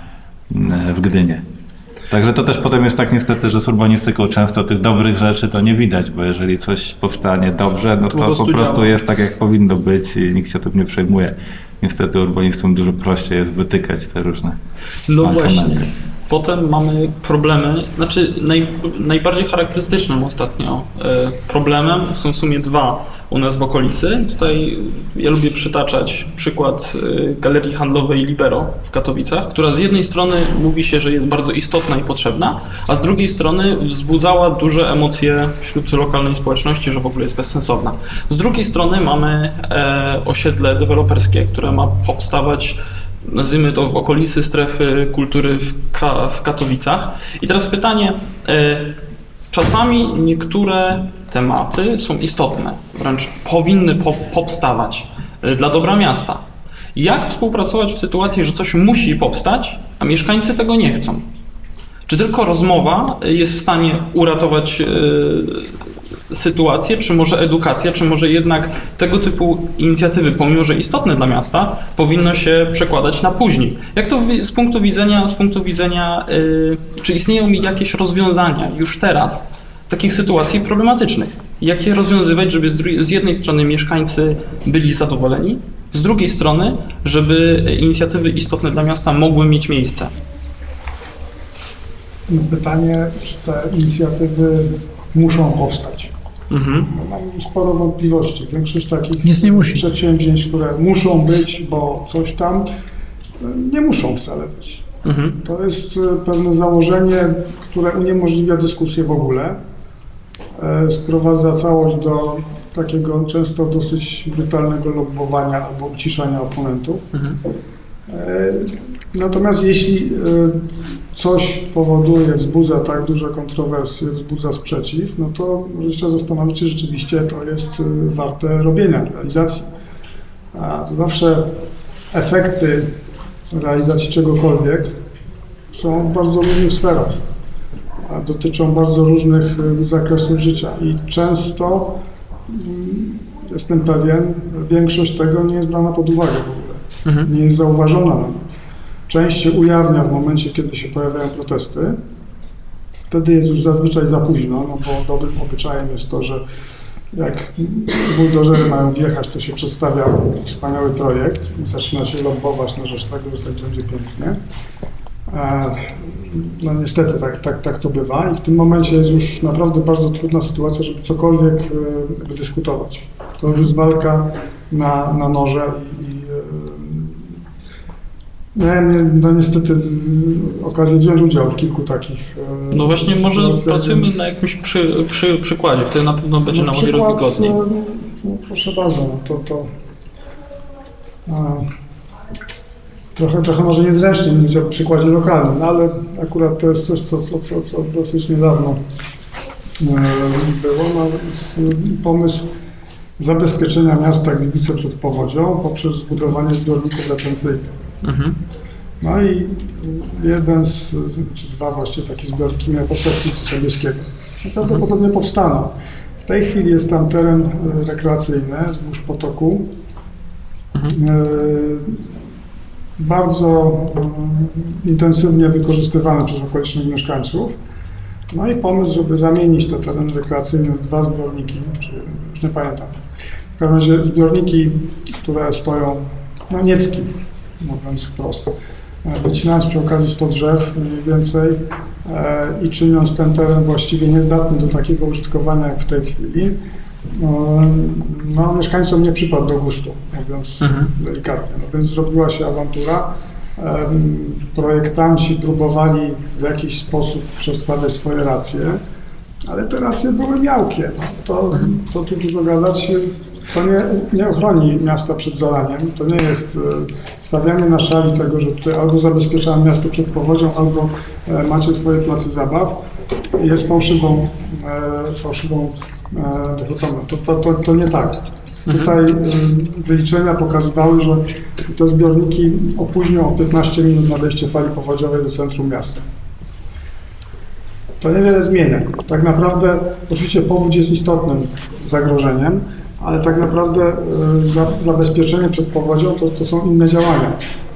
w Gdynię. Także to też potem jest tak niestety, że z urbanistyką często tych dobrych rzeczy to nie widać, bo jeżeli coś powstanie dobrze, no to, to po prostu działa. Jest tak, jak powinno być i nikt się tym nie przejmuje. Niestety urbanistom dużo prościej jest wytykać te różne No właśnie. Potem mamy problemy, znaczy naj, najbardziej charakterystycznym ostatnio e, problemem są w sumie dwa u nas w okolicy. Tutaj ja lubię przytaczać przykład e, galerii handlowej Libero w Katowicach, która z jednej strony mówi się, że jest bardzo istotna i potrzebna, a z drugiej strony wzbudzała duże emocje wśród lokalnej społeczności, że w ogóle jest bezsensowna. Z drugiej strony mamy e, osiedle deweloperskie, które ma powstawać, nazwijmy to, w okolicy strefy kultury w, Ka- w Katowicach. I teraz pytanie, y, czasami niektóre tematy są istotne, wręcz powinny po- powstawać y, dla dobra miasta. Jak współpracować w sytuacji, że coś musi powstać, a mieszkańcy tego nie chcą? Czy tylko rozmowa jest w stanie uratować y, sytuację, czy może edukacja, czy może jednak tego typu inicjatywy, pomimo że istotne dla miasta, powinno się przekładać na później? Jak to z punktu widzenia, z punktu widzenia yy, czy istnieją jakieś rozwiązania już teraz takich sytuacji problematycznych? Jak je rozwiązywać, żeby z, dru- z jednej strony mieszkańcy byli zadowoleni, z drugiej strony, żeby inicjatywy istotne dla miasta mogły mieć miejsce? Pytanie, czy te inicjatywy muszą powstać? Mhm. Mam sporo wątpliwości. Większość takich Nic nie musi. przedsięwzięć, które muszą być, bo coś tam, nie muszą wcale być. Mhm. To jest pewne założenie, które uniemożliwia dyskusję w ogóle. Sprowadza całość do takiego często dosyć brutalnego lobbowania albo uciszania oponentów. Mhm. Natomiast jeśli coś powoduje, wzbudza tak duże kontrowersje, wzbudza sprzeciw, no to trzeba zastanowić, czy rzeczywiście to jest warte robienia, realizacji. A to zawsze efekty realizacji czegokolwiek są w bardzo różnych sferach, a dotyczą bardzo różnych zakresów życia i często, jestem pewien, większość tego nie jest brana pod uwagę w ogóle, mhm. nie jest zauważona nawet. Część się ujawnia w momencie, kiedy się pojawiają protesty, wtedy jest już zazwyczaj za późno, no bo dobrym obyczajem jest to, że jak buldożery mają wjechać, to się przedstawia wspaniały projekt i zaczyna się lobbować na rzecz tego, że tak będzie pięknie. No niestety tak, tak, tak to bywa i w tym momencie jest już naprawdę bardzo trudna sytuacja, żeby cokolwiek wydyskutować. To już jest walka na, na noże i, i miałem no niestety okazję wziąć udział w kilku takich No właśnie może pracujemy więc... na jakimś przy, przy, przykładzie, wtedy na pewno będzie no, nam o wiele wygodniej. No, no, proszę bardzo, no to, to a, trochę, trochę może niezręcznie mówić o przykładzie lokalnym, no, ale akurat to jest coś, co, co, co, co dosyć niedawno e, było. No, pomysł zabezpieczenia miasta Gliwice przed powodzią poprzez zbudowanie zbiorników retencyjnych. Mhm. No i jeden z, czy dwa właściwie takie zbiorniki miały powstać w Gliwicy Sobieskiego. No, prawdopodobnie powstaną. W tej chwili jest tam teren rekreacyjny wzdłuż potoku. Mhm. E, bardzo e, intensywnie wykorzystywany przez okolicznych mieszkańców. No i pomysł, żeby zamienić te tereny rekreacyjne w dwa zbiorniki, czy już nie pamiętam. W każdym razie zbiorniki, które stoją na Nieckim, mówiąc wprost, wycinając przy okazji sto drzew mniej więcej e, i czyniąc ten teren właściwie niezdatny do takiego użytkowania jak w tej chwili, no mieszkańcom nie przypadł do gustu, mówiąc mhm. delikatnie. No więc zrobiła się awantura. Projektanci próbowali w jakiś sposób przedstawiać swoje racje, ale te racje były miałkie. No, to, co tu dużo gadać, to nie, nie ochroni miasta przed zalaniem. To nie jest stawianie na szali tego, że tutaj albo zabezpieczamy miasto przed powodzią, albo macie swoje place zabaw. Jest fałszywą, fałszywą dychotomią. To, to, to, to nie tak. Tutaj wyliczenia pokazywały, że te zbiorniki opóźnią o piętnaście minut nadejście fali powodziowej do centrum miasta. To niewiele zmienia. Tak naprawdę, oczywiście powódź jest istotnym zagrożeniem, ale tak naprawdę za, zabezpieczenie przed powodzią to, to są inne działania.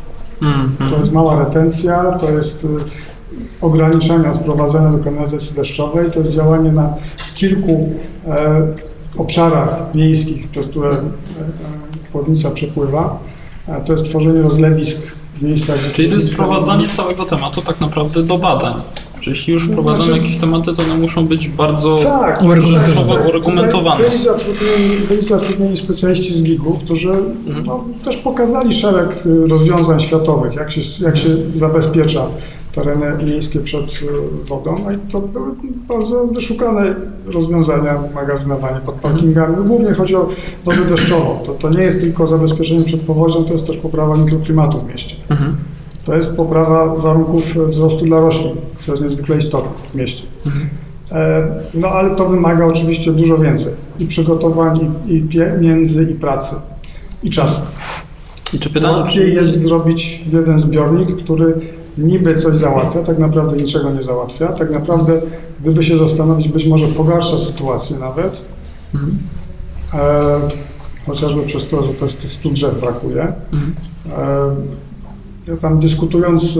To jest mała retencja, to jest ograniczenie odprowadzenia do kanalizacji deszczowej, to jest działanie na kilku e, obszarach miejskich, przez które chłodnica przepływa. To jest tworzenie rozlewisk w miejscach... Czyli to jest wprowadzanie całego tematu tak naprawdę do badań. Że jeśli już wprowadzamy znaczy, jakieś tematy, to one muszą być bardzo tak, uargumentowane. Byli zatrudnieni, byli zatrudnieni specjaliści z gigu, którzy mhm. no, też pokazali szereg rozwiązań światowych, jak się, jak się zabezpiecza tereny miejskie przed wodą, no i to były bardzo wyszukane rozwiązania, magazynowanie pod parkingami. No, głównie chodzi o wodę deszczową. To, to nie jest tylko zabezpieczenie przed powodzią, to jest też poprawa mikroklimatu w mieście. Mhm. To jest poprawa warunków wzrostu dla roślin, co jest niezwykle istotne w mieście. Mhm. E, no ale to wymaga oczywiście dużo więcej i przygotowań, i, i pieniędzy, i pracy, i czasu. I czy pytanie, łatwiej jest zrobić jeden zbiornik, który niby coś załatwia, tak naprawdę niczego nie załatwia. Tak naprawdę, gdyby się zastanowić, być może pogarsza sytuację nawet, mhm. e, chociażby przez to, że to jest tych stu drzew brakuje. Mhm. E, ja tam dyskutując, e,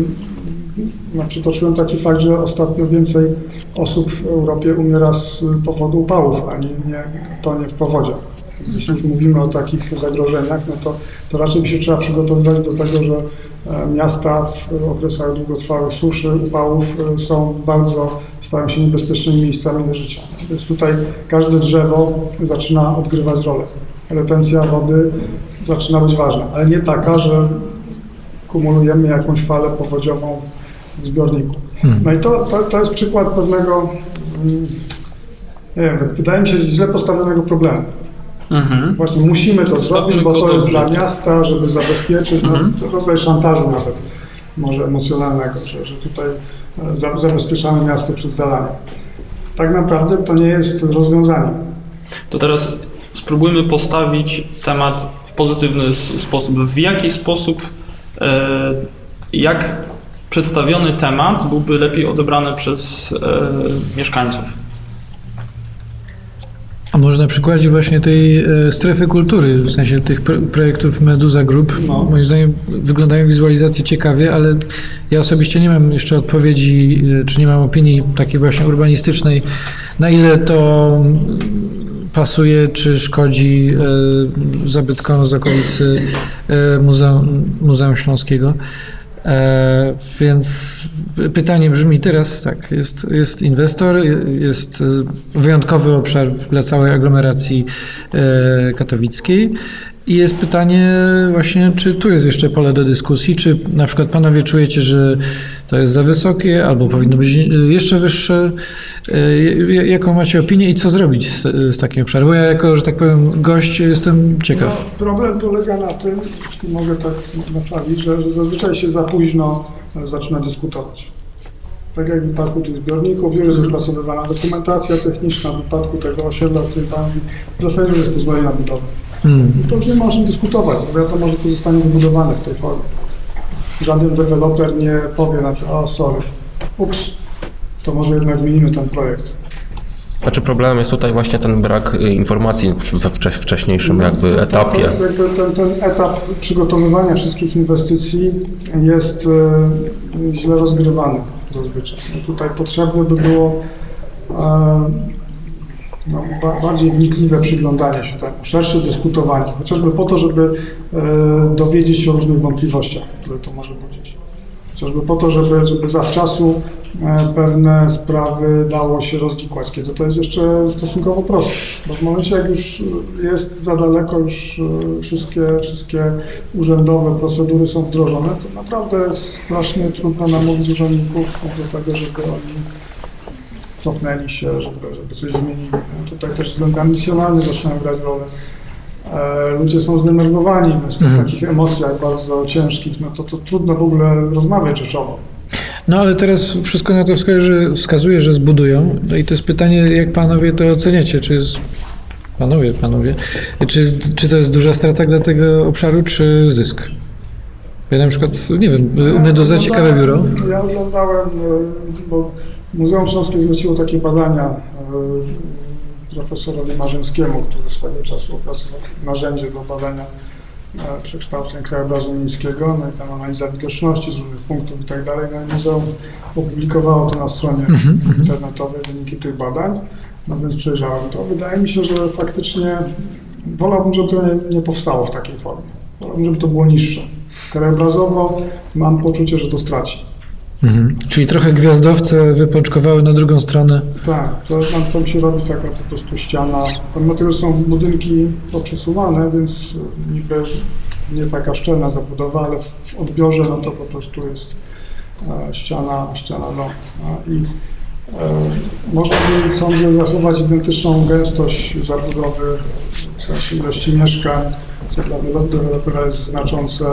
no, przytoczyłem taki fakt, że ostatnio więcej osób w Europie umiera z powodu upałów, a nie, nie tonie w powodziach. Jeśli już mówimy o takich zagrożeniach, no to, to raczej by się trzeba przygotowywać do tego, że miasta w okresach długotrwałych suszy, upałów są bardzo, stają się niebezpiecznymi miejscami do życia. Więc tutaj każde drzewo zaczyna odgrywać rolę. Retencja wody zaczyna być ważna, ale nie taka, że kumulujemy jakąś falę powodziową w zbiorniku. No i to, to, to jest przykład pewnego, nie wiem, wydaje mi się, źle postawionego problemu. Mhm. Właśnie musimy to zrobić, bo to jest dla miasta, żeby zabezpieczyć, mhm. no, to rodzaj szantażu nawet, może emocjonalnego, że, że tutaj za, zabezpieczamy miasto przed zalaniem. Tak naprawdę to nie jest rozwiązanie. To teraz spróbujmy postawić temat w pozytywny sposób. W jaki sposób, e, jak przedstawiony temat byłby lepiej odebrany przez e, mieszkańców? A może na przykładzie właśnie tej e, strefy kultury, w sensie tych pro, projektów Meduza Group, No. moim zdaniem wyglądają wizualizacje ciekawie, ale ja osobiście nie mam jeszcze odpowiedzi, e, czy nie mam opinii takiej właśnie urbanistycznej, na ile to mm, pasuje, czy szkodzi e, zabytkom z okolicy e, Muzeum, Muzeum Śląskiego. E, więc pytanie brzmi teraz tak, jest, jest inwestor, jest wyjątkowy obszar dla całej aglomeracji e, katowickiej i jest pytanie właśnie, czy tu jest jeszcze pole do dyskusji, czy na przykład panowie czujecie, że to jest za wysokie albo powinno być jeszcze wyższe. E, jaką macie opinię i co zrobić z, z takim obszarem? Bo ja jako, że tak powiem, gość jestem ciekaw. No, problem polega na tym, jeśli mogę tak naprawić, że, że zazwyczaj się za późno zaczyna dyskutować. Tak jak w wypadku tych zbiorników, już jest wypracowywana dokumentacja techniczna, w wypadku tego osiedla, o którym Pan mówi, w zasadzie jest pozwolenie na budowę. Hmm. To już nie ma o czym dyskutować, bo wiadomo, że to zostanie wybudowane w tej formie. Żaden deweloper nie powie na przykład, o sorry, ups, to może jednak zmienimy ten projekt. Znaczy problemem jest tutaj właśnie ten brak y, informacji we wcze- wcześniejszym jakby To- to- etapie. To, jakby ten, ten etap przygotowywania wszystkich inwestycji jest e, źle rozgrywany zazwyczaj. No tutaj potrzebne by było e, no, ba, bardziej wnikliwe przyglądanie się temu, szersze dyskutowanie, chociażby po to, żeby e, dowiedzieć się o różnych wątpliwościach, które to może budzić. Chociażby po to, żeby, żeby zawczasu e, pewne sprawy dało się rozwikłać, kiedy to jest jeszcze stosunkowo proste. Bo w momencie, jak już jest za daleko, już e, wszystkie, wszystkie urzędowe procedury są wdrożone, to naprawdę jest strasznie trudno namówić urzędników do tego, żeby oni cofnęli się, żeby, żeby coś zmienili. No tutaj też względy emocjonalne zaczynają grać rolę. E, ludzie są zdenerwowani z tych Mhm. takich emocjach bardzo ciężkich, no to, to trudno w ogóle rozmawiać rzeczowo. No ale teraz wszystko na to wskazuje, że, wskazuje, że zbudują. No i to jest pytanie, jak panowie to oceniacie? Czy jest, panowie, panowie, czy, jest, czy to jest duża strata dla tego obszaru, czy zysk? Ja na przykład, nie wiem, Meduza ciekawe biuro. Ja oglądałem, e, bo Muzeum Śląskie zleciło takie badania e, profesorowi Marzyńskiemu, który swego czasu opracował narzędzie do badania e, przekształceń krajobrazu miejskiego, no i tam analiza widoczności z różnych punktów i tak dalej. No i muzeum opublikowało to na stronie internetowej, wyniki tych badań, no więc przejrzałem to. Wydaje mi się, że faktycznie wolałbym, żeby to nie, nie powstało w takiej formie. Wolałbym, żeby to było niższe. Krajobrazowo mam poczucie, że to straci. Mhm. Czyli trochę gwiazdowce wypączkowały na drugą stronę. Tak, to tam, tam się robi taka po prostu ściana. Pomimo tego, że są budynki poprzesuwane, więc niby nie taka szczelna zabudowa, ale w, w odbiorze no to po prostu jest e, ściana, ściana domów. No, i e, można by, sądzę, zachować identyczną gęstość zabudowy w sensie ilości mieszkań, co dla dewelopera jest znaczące,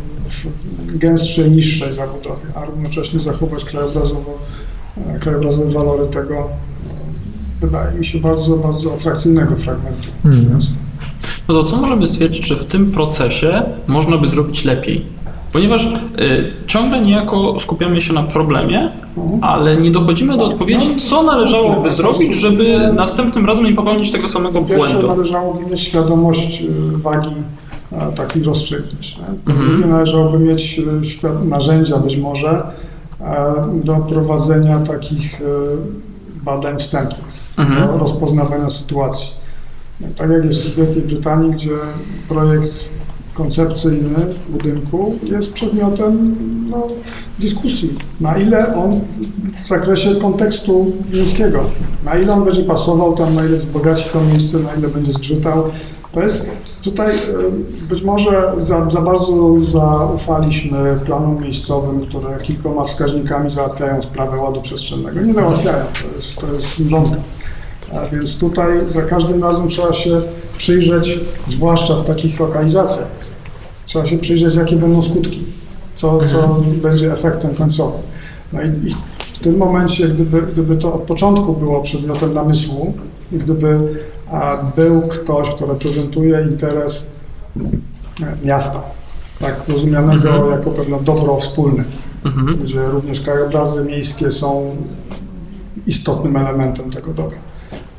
w gęstszej, niższej zabudowie, a równocześnie zachować krajobrazowo, krajobrazowe walory tego, wydaje mi się, bardzo, bardzo atrakcyjnego fragmentu. Mhm. No to co możemy stwierdzić, że w tym procesie można by zrobić lepiej? Ponieważ y, ciągle niejako skupiamy się na problemie, ale nie dochodzimy do odpowiedzi, co należałoby zrobić, żeby następnym razem nie popełnić tego samego Pierwsze błędu. należałoby mieć świadomość y, wagi e, takich rozstrzygnięć. Nie? Po Mhm. drugie należałoby mieć y, świat, narzędzia być może e, do prowadzenia takich y, badań wstępnych, Mhm. do rozpoznawania sytuacji. No, tak jak jest w Wielkiej Brytanii, gdzie projekt koncepcyjny budynku jest przedmiotem no, dyskusji. Na ile on w zakresie kontekstu miejskiego, na ile on będzie pasował tam, na ile wzbogaci to miejsce, na ile będzie zgrzytał. To jest tutaj y, być może za, za bardzo zaufaliśmy planom miejscowym, które kilkoma wskaźnikami załatwiają sprawę ładu przestrzennego. Nie załatwiają, to jest, to jest mrzonka. A więc tutaj za każdym razem trzeba się przyjrzeć, zwłaszcza w takich lokalizacjach, trzeba się przyjrzeć, jakie będą skutki, co, co będzie efektem końcowym. No i, i w tym momencie, gdyby, gdyby to od początku było przedmiotem namysłu i gdyby a, był ktoś, kto reprezentuje interes e, miasta, tak rozumianego Mhm. jako pewne dobro wspólne, Mhm. gdzie również krajobrazy miejskie są istotnym elementem tego dobra.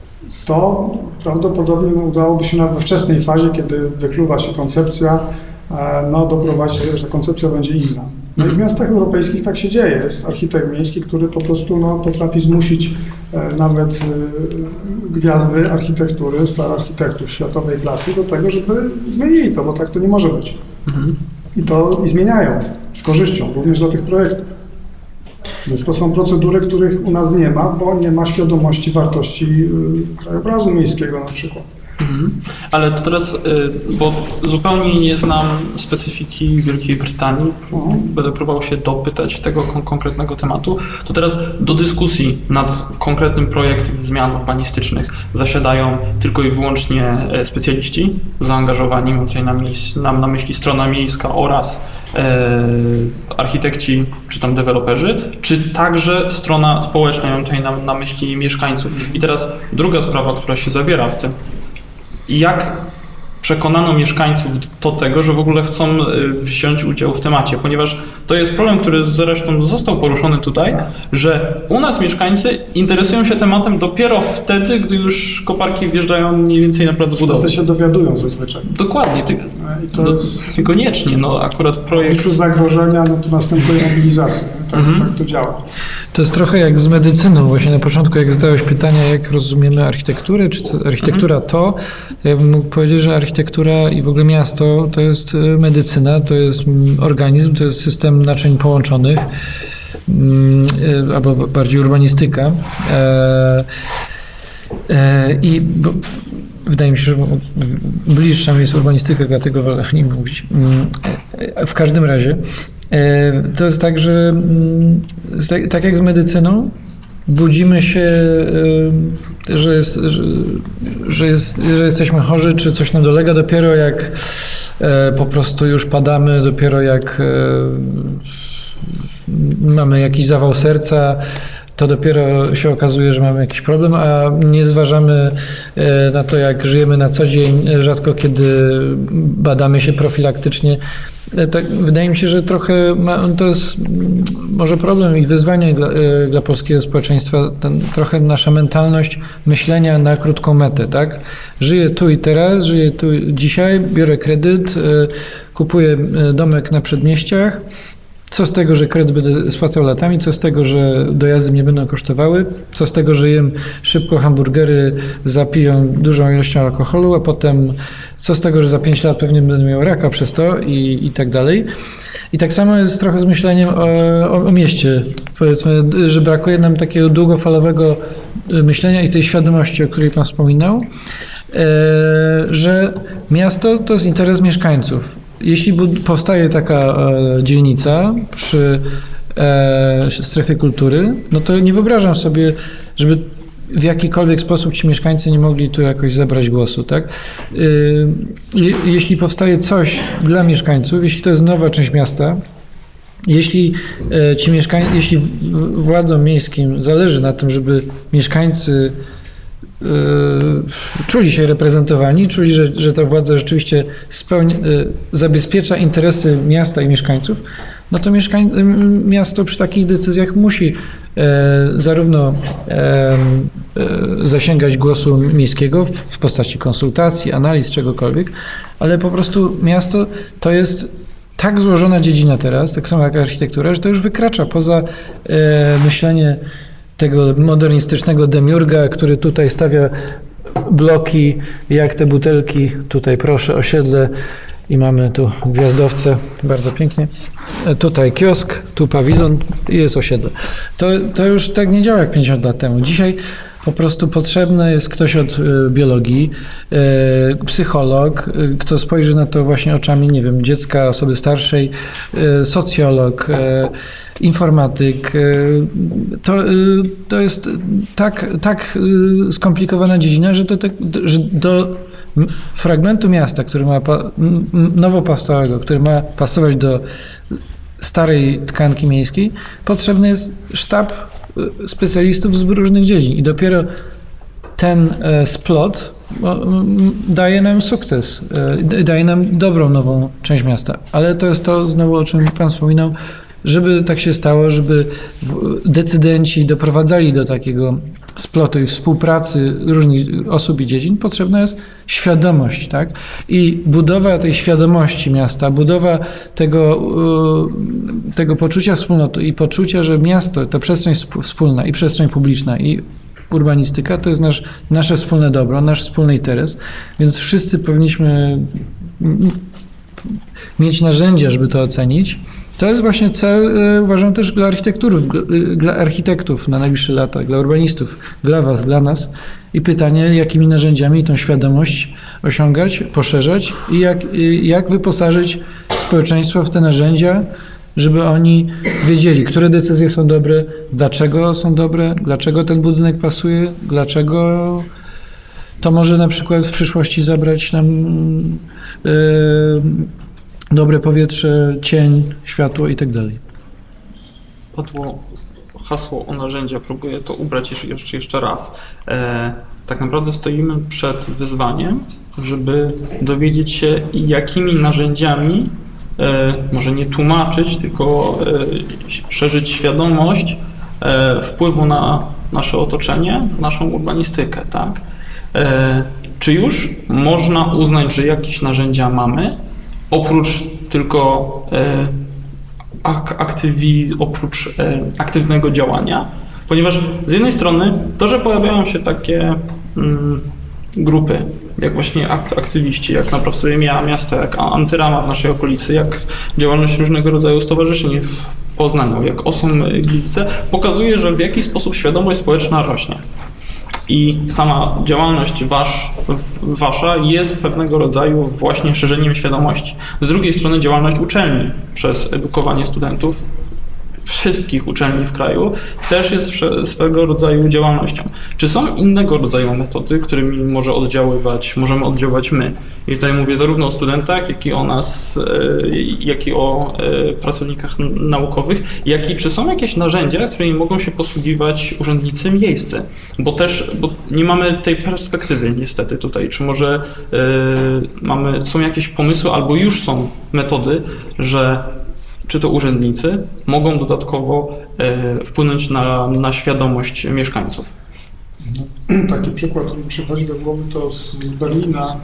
to prawdopodobnie udałoby się nawet we wczesnej fazie, kiedy wykluwa się koncepcja, no doprowadzić, że koncepcja będzie inna. No i w miastach europejskich tak się dzieje. Jest architekt miejski, który po prostu no, potrafi zmusić e, nawet e, gwiazdy architektury, starych architektów światowej klasy do tego, żeby zmienili to, bo tak to nie może być. Mhm. I to i zmieniają z korzyścią, również dla tych projektów. Więc to są procedury, których u nas nie ma, bo nie ma świadomości wartości y, krajobrazu miejskiego na przykład. Mhm. Ale to teraz, bo zupełnie nie znam specyfiki Wielkiej Brytanii, mhm. będę próbował się dopytać tego kon- konkretnego tematu, to teraz do dyskusji nad konkretnym projektem zmian urbanistycznych zasiadają tylko i wyłącznie specjaliści zaangażowani, mam tutaj na, myśl, na, na myśli strona miejska oraz e, architekci czy tam deweloperzy, czy także strona społeczna, mam tutaj na, na myśli mieszkańców. I teraz druga sprawa, która się zawiera w tym, jak przekonano mieszkańców do tego, że w ogóle chcą wziąć udział w temacie, ponieważ to jest problem, który zresztą został poruszony tutaj, że u nas mieszkańcy interesują się tematem dopiero wtedy, gdy już koparki wjeżdżają mniej więcej na plac budowy. Wtedy się dowiadują zazwyczaj. Dokładnie. Ty, I to no, jest... Koniecznie, no akurat projekt... W zagrożenia, no to następuje mobilizacja. Tak, mhm. tak to działa. To jest trochę jak z medycyną. Właśnie na początku, jak zadałeś pytanie, jak rozumiemy architekturę, czy to architektura mhm. to, ja bym mógł powiedzieć, że architektura i w ogóle miasto to jest medycyna, to jest organizm, to jest system naczyń połączonych, albo bardziej urbanistyka. I bo, wydaje mi się, że bliższa mi jest urbanistyka, dlatego wolę o nim mówić. W każdym razie to jest tak, że tak jak z medycyną, budzimy się, że, jest, że, że, jest, że jesteśmy chorzy, czy coś nam dolega dopiero jak po prostu już padamy, dopiero jak mamy jakiś zawał serca, to dopiero się okazuje, że mamy jakiś problem, a nie zważamy na to, jak żyjemy na co dzień, rzadko kiedy badamy się profilaktycznie. Tak, wydaje mi się, że trochę ma, to jest może problem i wyzwanie dla, dla polskiego społeczeństwa, ten, trochę nasza mentalność myślenia na krótką metę, tak? Żyję tu i teraz, żyję tu dzisiaj, biorę kredyt, kupuję domek na przedmieściach. Co z tego, że kredyt będę spłacał latami, co z tego, że dojazdy mnie będą kosztowały, co z tego, że jem szybko hamburgery, zapiję dużą ilością alkoholu, a potem co z tego, że za pięć lat pewnie będę miał raka przez to i, i tak dalej. I tak samo jest trochę z myśleniem o, o, o mieście. Powiedzmy, że brakuje nam takiego długofalowego myślenia i tej świadomości, o której Pan wspominał, e, że miasto to jest interes mieszkańców. Jeśli powstaje taka e, dzielnica przy e, strefie kultury, no to nie wyobrażam sobie, żeby w jakikolwiek sposób ci mieszkańcy nie mogli tu jakoś zabrać głosu, tak? E, je, jeśli powstaje coś dla mieszkańców, jeśli to jest nowa część miasta, jeśli e, ci mieszkań, jeśli w, w, władzom miejskim zależy na tym, żeby mieszkańcy czuli się reprezentowani, czuli, że, że ta władza rzeczywiście spełnia, zabezpiecza interesy miasta i mieszkańców, no to mieszkań, miasto przy takich decyzjach musi e, zarówno e, e, zasięgać głosu miejskiego w, w postaci konsultacji, analiz, czegokolwiek, ale po prostu miasto to jest tak złożona dziedzina teraz, tak samo jak architektura, że to już wykracza poza e, myślenie tego modernistycznego demiurga, który tutaj stawia bloki jak te butelki. Tutaj proszę osiedle i mamy tu gwiazdowce, bardzo pięknie. Tutaj kiosk, tu pawilon i jest osiedle. To, to już tak nie działa jak pięćdziesiąt lat temu. Dzisiaj po prostu potrzebny jest ktoś od biologii, psycholog, kto spojrzy na to właśnie oczami, nie wiem, dziecka, osoby starszej, socjolog, informatyk. To, to jest tak, tak skomplikowana dziedzina, że do, te, że do fragmentu miasta, który ma nowo powstałego, który ma pasować do starej tkanki miejskiej, potrzebny jest sztab specjalistów z różnych dziedzin i dopiero ten splot daje nam sukces, daje nam dobrą, nową część miasta. Ale to jest to znowu, o czym Pan wspominał, żeby tak się stało, żeby decydenci doprowadzali do takiego splotu i współpracy różnych osób i dziedzin potrzebna jest świadomość, tak? I budowa tej świadomości miasta, budowa tego, tego poczucia wspólnoty i poczucia, że miasto, ta przestrzeń wspólna i przestrzeń publiczna i urbanistyka to jest nasz, nasze wspólne dobro, nasz wspólny interes, więc wszyscy powinniśmy mieć narzędzia, żeby to ocenić. To jest właśnie cel, uważam, też dla architekturów, dla architektów na najbliższe lata, dla urbanistów, dla was, dla nas. I pytanie, jakimi narzędziami tą świadomość osiągać, poszerzać i jak, jak wyposażyć społeczeństwo w te narzędzia, żeby oni wiedzieli, które decyzje są dobre, dlaczego są dobre, dlaczego ten budynek pasuje, dlaczego to może na przykład w przyszłości zabrać nam yy, dobre powietrze, cień, światło i tak dalej. Padło hasło o narzędzia, próbuję to ubrać jeszcze, jeszcze raz. E, tak naprawdę stoimy przed wyzwaniem, żeby dowiedzieć się, jakimi narzędziami e, może nie tłumaczyć, tylko e, szerzyć świadomość e, wpływu na nasze otoczenie, naszą urbanistykę, tak? E, czy już można uznać, że jakieś narzędzia mamy, oprócz tylko e, ak- aktywi, oprócz e, aktywnego działania? Ponieważ z jednej strony to, że pojawiają się takie mm, grupy, jak właśnie akt- aktywiści, jak Naprawstwo Miasta, jak Antyrama w naszej okolicy, jak działalność różnego rodzaju stowarzyszeń w Poznaniu, jak Osem Gliwice, pokazuje, że w jakiś sposób świadomość społeczna rośnie. I sama działalność wasz, wasza jest pewnego rodzaju właśnie szerzeniem świadomości. Z drugiej strony działalność uczelni przez edukowanie studentów, wszystkich uczelni w kraju, też jest swego rodzaju działalnością. Czy są innego rodzaju metody, którymi może oddziaływać, możemy oddziaływać my? I tutaj mówię zarówno o studentach, jak i o nas, jak i o pracownikach naukowych, jak i czy są jakieś narzędzia, którymi mogą się posługiwać urzędnicy miejscy? Bo też bo nie mamy tej perspektywy niestety tutaj. Czy może yy, mamy, są jakieś pomysły albo już są metody, że czy to urzędnicy mogą dodatkowo e, wpłynąć na, na świadomość mieszkańców? No, taki przykład, który mi przychodzi do głowy, to z Berlina.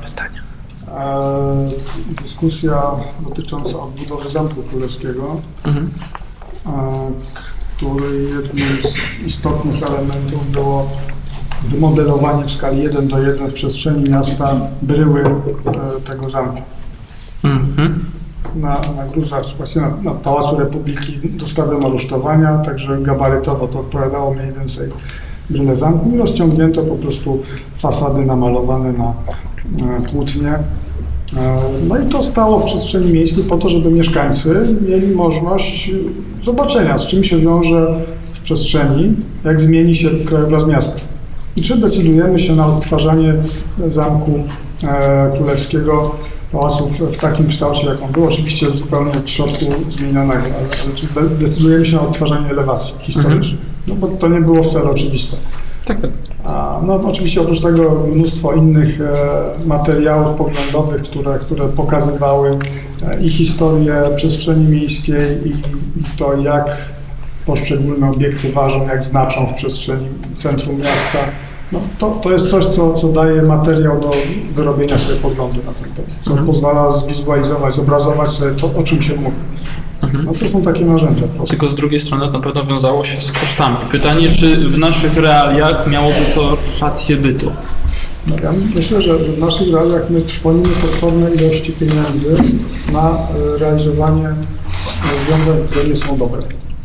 E, dyskusja dotycząca odbudowy Zamku Królewskiego, mhm. e, który jednym z istotnych elementów było wymodelowanie w skali jeden do jeden w przestrzeni miasta bryły e, tego zamku. Mhm. Na, na gruzach, właśnie na, na Pałacu Republiki dostawiono rusztowania, także gabarytowo to odpowiadało mniej więcej bryle zamku i rozciągnięto po prostu fasady namalowane na e, płótnie. E, no i to stało w przestrzeni miejskiej po to, żeby mieszkańcy mieli możliwość zobaczenia, z czym się wiąże w przestrzeni, jak zmieni się krajobraz miasta. I czy decydujemy się na odtwarzanie Zamku e, Królewskiego, pałacu w, w takim kształcie, jak on był, oczywiście zupełnie w środku zmienionego, ale, ale czy decydujemy się na odtwarzanie elewacji historycznych? No bo to nie było wcale oczywiste. Tak. A, no oczywiście oprócz tego mnóstwo innych e, materiałów poglądowych, które, które pokazywały e, i historię przestrzeni miejskiej i, i to, jak poszczególne obiekty ważą, jak znaczą w przestrzeni centrum miasta. No, to, to jest coś, co, co daje materiał do wyrobienia sobie poglądu na ten temat, co mhm. pozwala zwizualizować, zobrazować sobie to, o czym się mówi. Mhm. No to są takie narzędzia. Proste. Tylko z drugiej strony to na pewno wiązało się z kosztami. Pytanie, czy w naszych realiach miałoby to rację bytu? No, ja myślę, że w naszych realiach my trwonimy potworne ilości pieniędzy na realizowanie rozwiązań, które nie są dobre.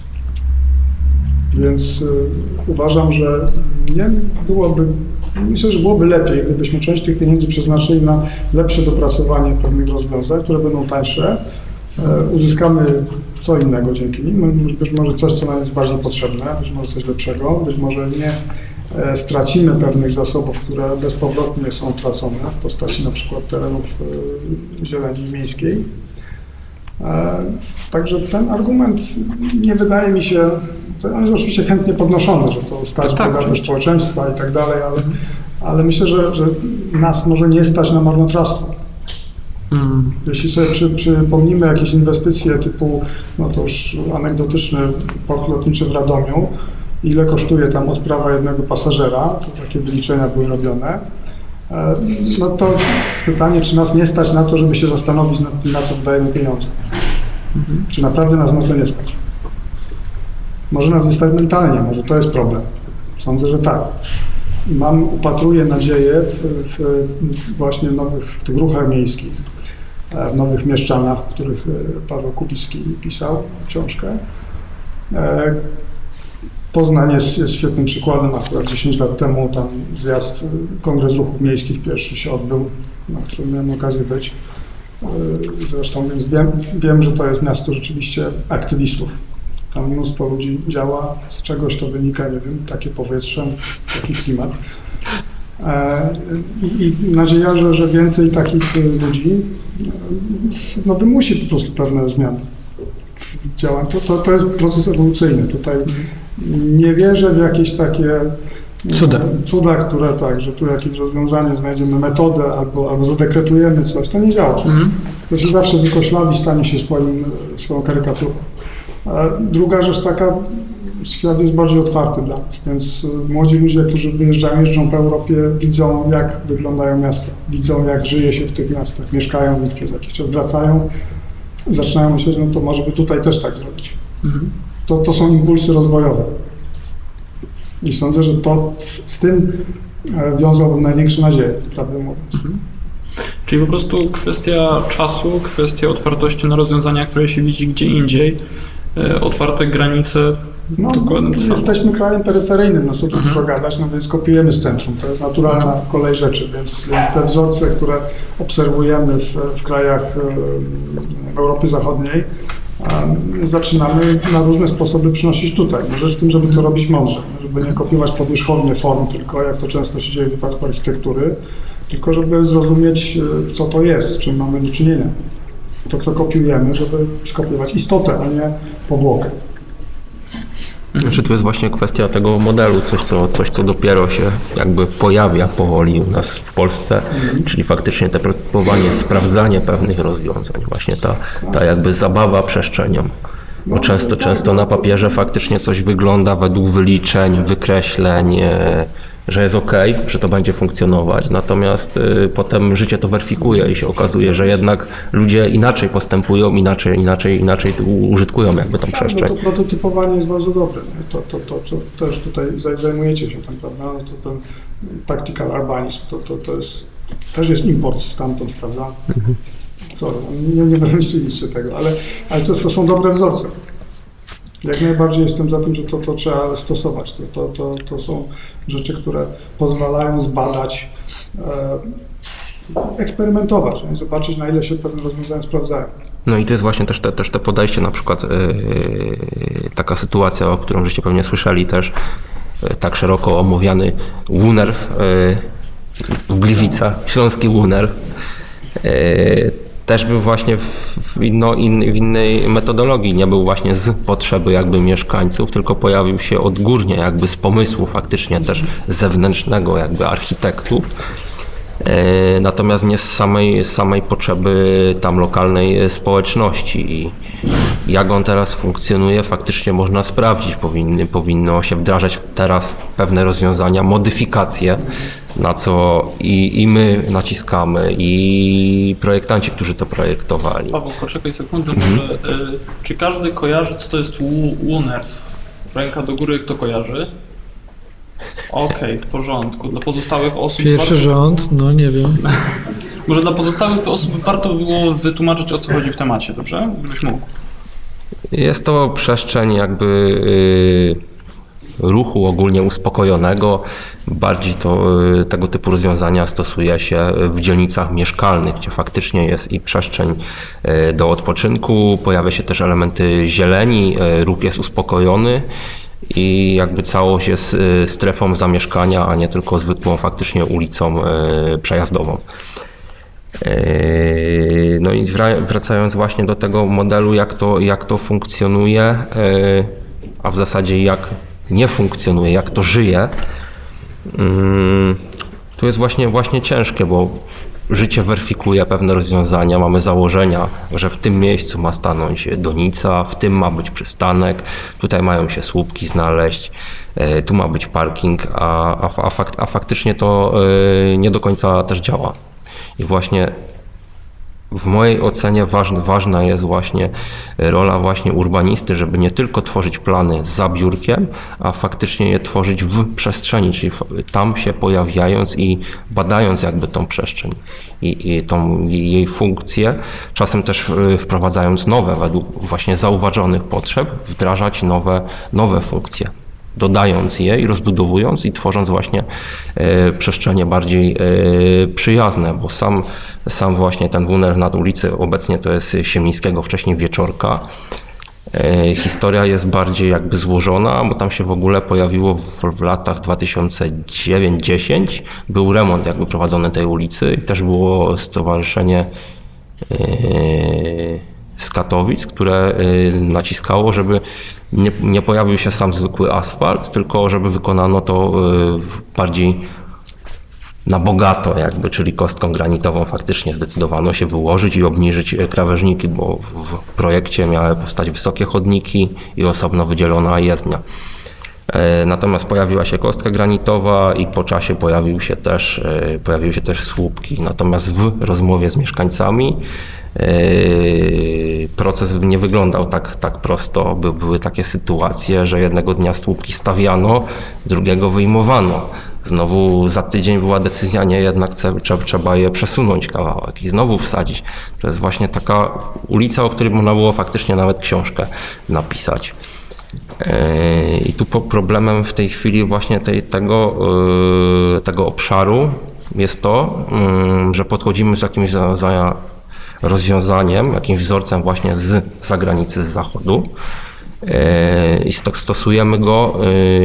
Więc y, uważam, że nie byłoby, myślę, że byłoby lepiej, gdybyśmy część tych pieniędzy przeznaczyli na lepsze dopracowanie pewnych rozwiązań, które będą tańsze. Y, uzyskamy co innego dzięki nim, być może coś, co nam jest bardziej potrzebne, być może coś lepszego, być może nie y, stracimy pewnych zasobów, które bezpowrotnie są tracone w postaci na przykład terenów y, zieleni miejskiej. Także ten argument nie wydaje mi się, on jest oczywiście chętnie podnoszony, że to stać tak, bogacze społeczeństwa i tak dalej, ale, ale myślę, że, że nas może nie stać na marnotrawstwo. Mm. Jeśli sobie przy, przypomnimy jakieś inwestycje typu, no to już anegdotyczny port lotniczy w Radomiu, ile kosztuje tam odprawa jednego pasażera, to takie wyliczenia były robione, no to pytanie, czy nas nie stać na to, żeby się zastanowić nad tym, na co wydajemy pieniądze. Mhm. Czy naprawdę nas na to nie stać? Może nas nie stać mentalnie, może to jest problem. Sądzę, że tak. I mam, upatruję nadzieję w, w właśnie nowych, w tych ruchach miejskich, w nowych mieszczanach, o których Paweł Kubicki pisał książkę. Poznań jest, jest świetnym przykładem. Akurat dziesięć lat temu tam zjazd, Kongres Ruchów Miejskich pierwszy się odbył, na którym miałem okazję być. Zresztą, więc wiem, wiem, że to jest miasto rzeczywiście aktywistów. Tam mnóstwo ludzi działa, z czegoś to wynika, nie wiem, takie powietrze, taki klimat. I, i nadzieja, że, że więcej takich ludzi no, wymusi po prostu pewne zmiany w działaniu. To, to, to jest proces ewolucyjny. Tutaj nie wierzę w jakieś takie cuda, cuda które tak, że tu jakieś rozwiązanie, znajdziemy metodę albo, albo zadekretujemy coś. To nie działa. Mhm. To się zawsze wykoślawi, stanie się swoim, swoją karykaturą. A druga rzecz taka, świat jest bardziej otwarty dla nas, więc młodzi ludzie, którzy wyjeżdżają, jeżdżą po Europie, widzą, jak wyglądają miasta, widzą, jak żyje się w tych miastach, mieszkają w nich przez jakiś czas, wracają, zaczynają myśleć, no to może by tutaj też tak zrobić. Mhm. To, to są impulsy rozwojowe. I sądzę, że to z tym wiązałbym największe nadzieje, prawdę mówiąc. Mhm. Czyli po prostu kwestia czasu, kwestia otwartości na rozwiązania, które się widzi gdzie indziej, e, otwarte granice. No, jesteśmy krajem peryferyjnym, no co tu dużo gadać, no więc kopiujemy z centrum, to jest naturalna kolej rzeczy, więc, więc te wzorce, które obserwujemy w, w krajach e, Europy Zachodniej, e, zaczynamy na różne sposoby przynosić tutaj. No rzecz w tym, żeby to robić mądrze, żeby nie kopiować powierzchownie form tylko, jak to często się dzieje w wypadku architektury, tylko żeby zrozumieć, co to jest, z czym mamy do czynienia. To, co kopiujemy, żeby skopiować istotę, a nie powłokę. Znaczy tu jest właśnie kwestia tego modelu, coś co, coś, co dopiero się jakby pojawia powoli u nas w Polsce, mhm. czyli faktycznie te prototypowanie, sprawdzanie pewnych rozwiązań, właśnie ta, ta jakby zabawa przestrzenią. Bo często, często na papierze faktycznie coś wygląda według wyliczeń, wykreśleń, że jest ok, że to będzie funkcjonować, natomiast y, potem życie to weryfikuje i się okazuje, że jednak ludzie inaczej postępują, inaczej, inaczej, inaczej użytkują jakby tą przestrzeń. No to prototypowanie jest bardzo dobre, to, to, to, to też tutaj zajmujecie się tym, prawda, no to ten tactical urbanizm, to, to, to jest, też jest import stamtąd, prawda, mhm. Co, nie, nie wymyśliliście tego, ale, ale to, to są dobre wzorce. Jak najbardziej jestem za tym, że to, to trzeba stosować. To, to, to, to są rzeczy, które pozwalają zbadać, e, eksperymentować, nie? Zobaczyć, na ile się pewne rozwiązania sprawdzają. No i to jest właśnie też te, też te podejście, na przykład yy, taka sytuacja, o którą żeście pewnie słyszeli też, yy, tak szeroko omawiany WUNERW yy, w Gliwicach, śląski WUNERW. Yy, też był właśnie w, inno, in, w innej metodologii, nie był właśnie z potrzeby jakby mieszkańców, tylko pojawił się odgórnie jakby z pomysłu faktycznie też zewnętrznego jakby architektów, e, natomiast nie z samej, z samej potrzeby tam lokalnej społeczności i jak on teraz funkcjonuje faktycznie można sprawdzić, powinny, powinno się wdrażać teraz pewne rozwiązania, modyfikacje, na co i, i my naciskamy, i projektanci, którzy to projektowali. Paweł, poczekaj sekundę, mhm. może, y, czy każdy kojarzy, co to jest WUNERW? Ręka do góry, kto kojarzy? Okej, okay, w porządku. Dla pozostałych osób... Pierwszy warto... rząd, no nie wiem. Może dla pozostałych osób warto było wytłumaczyć, o co chodzi w temacie, dobrze? Gdybyś mógł. Jest to przestrzeń jakby... Yy... ruchu ogólnie uspokojonego. Bardziej to tego typu rozwiązania stosuje się w dzielnicach mieszkalnych, gdzie faktycznie jest i przestrzeń do odpoczynku, pojawia się też elementy zieleni, ruch jest uspokojony i jakby całość jest strefą zamieszkania, a nie tylko zwykłą faktycznie ulicą przejazdową. No i wracając właśnie do tego modelu, jak to, jak to funkcjonuje, a w zasadzie jak nie funkcjonuje, jak to żyje, to jest właśnie, właśnie ciężkie, bo życie weryfikuje pewne rozwiązania, mamy założenia, że w tym miejscu ma stanąć donica, w tym ma być przystanek, tutaj mają się słupki znaleźć, tu ma być parking, a, a, a, fakt, a faktycznie to nie do końca też działa. I właśnie w mojej ocenie ważna, ważna jest właśnie rola właśnie urbanisty, żeby nie tylko tworzyć plany za biurkiem, a faktycznie je tworzyć w przestrzeni, czyli tam się pojawiając i badając jakby tą przestrzeń i, i tą jej funkcję, czasem też wprowadzając nowe, według właśnie zauważonych potrzeb, wdrażać nowe, nowe funkcje, dodając je i rozbudowując i tworząc właśnie e, przestrzenie bardziej e, przyjazne, bo sam, sam właśnie ten Wuner nad ulicy, obecnie to jest Siemińskiego, wcześniej Wieczorka. E, historia jest bardziej jakby złożona, bo tam się w ogóle pojawiło w, w latach dwa tysiące dziewiąty do dziesiątego, był remont jakby prowadzony tej ulicy i też było stowarzyszenie e, z Katowic, które e, naciskało, żeby Nie, nie pojawił się sam zwykły asfalt, tylko żeby wykonano to bardziej na bogato jakby, czyli kostką granitową faktycznie zdecydowano się wyłożyć i obniżyć krawężniki, bo w projekcie miały powstać wysokie chodniki i osobno wydzielona jezdnia. Natomiast pojawiła się kostka granitowa i po czasie pojawił się też, pojawiły się też słupki. Natomiast w rozmowie z mieszkańcami proces nie wyglądał tak, tak prosto. By, były takie sytuacje, że jednego dnia słupki stawiano, drugiego wyjmowano. Znowu za tydzień była decyzja, nie, jednak trzeba je przesunąć kawałek i znowu wsadzić. To jest właśnie taka ulica, o której można było faktycznie nawet książkę napisać. I tu problemem w tej chwili właśnie tej, tego, tego obszaru jest to, że podchodzimy z jakimś za, za rozwiązaniem, jakimś wzorcem właśnie z zagranicy, z zachodu i stosujemy go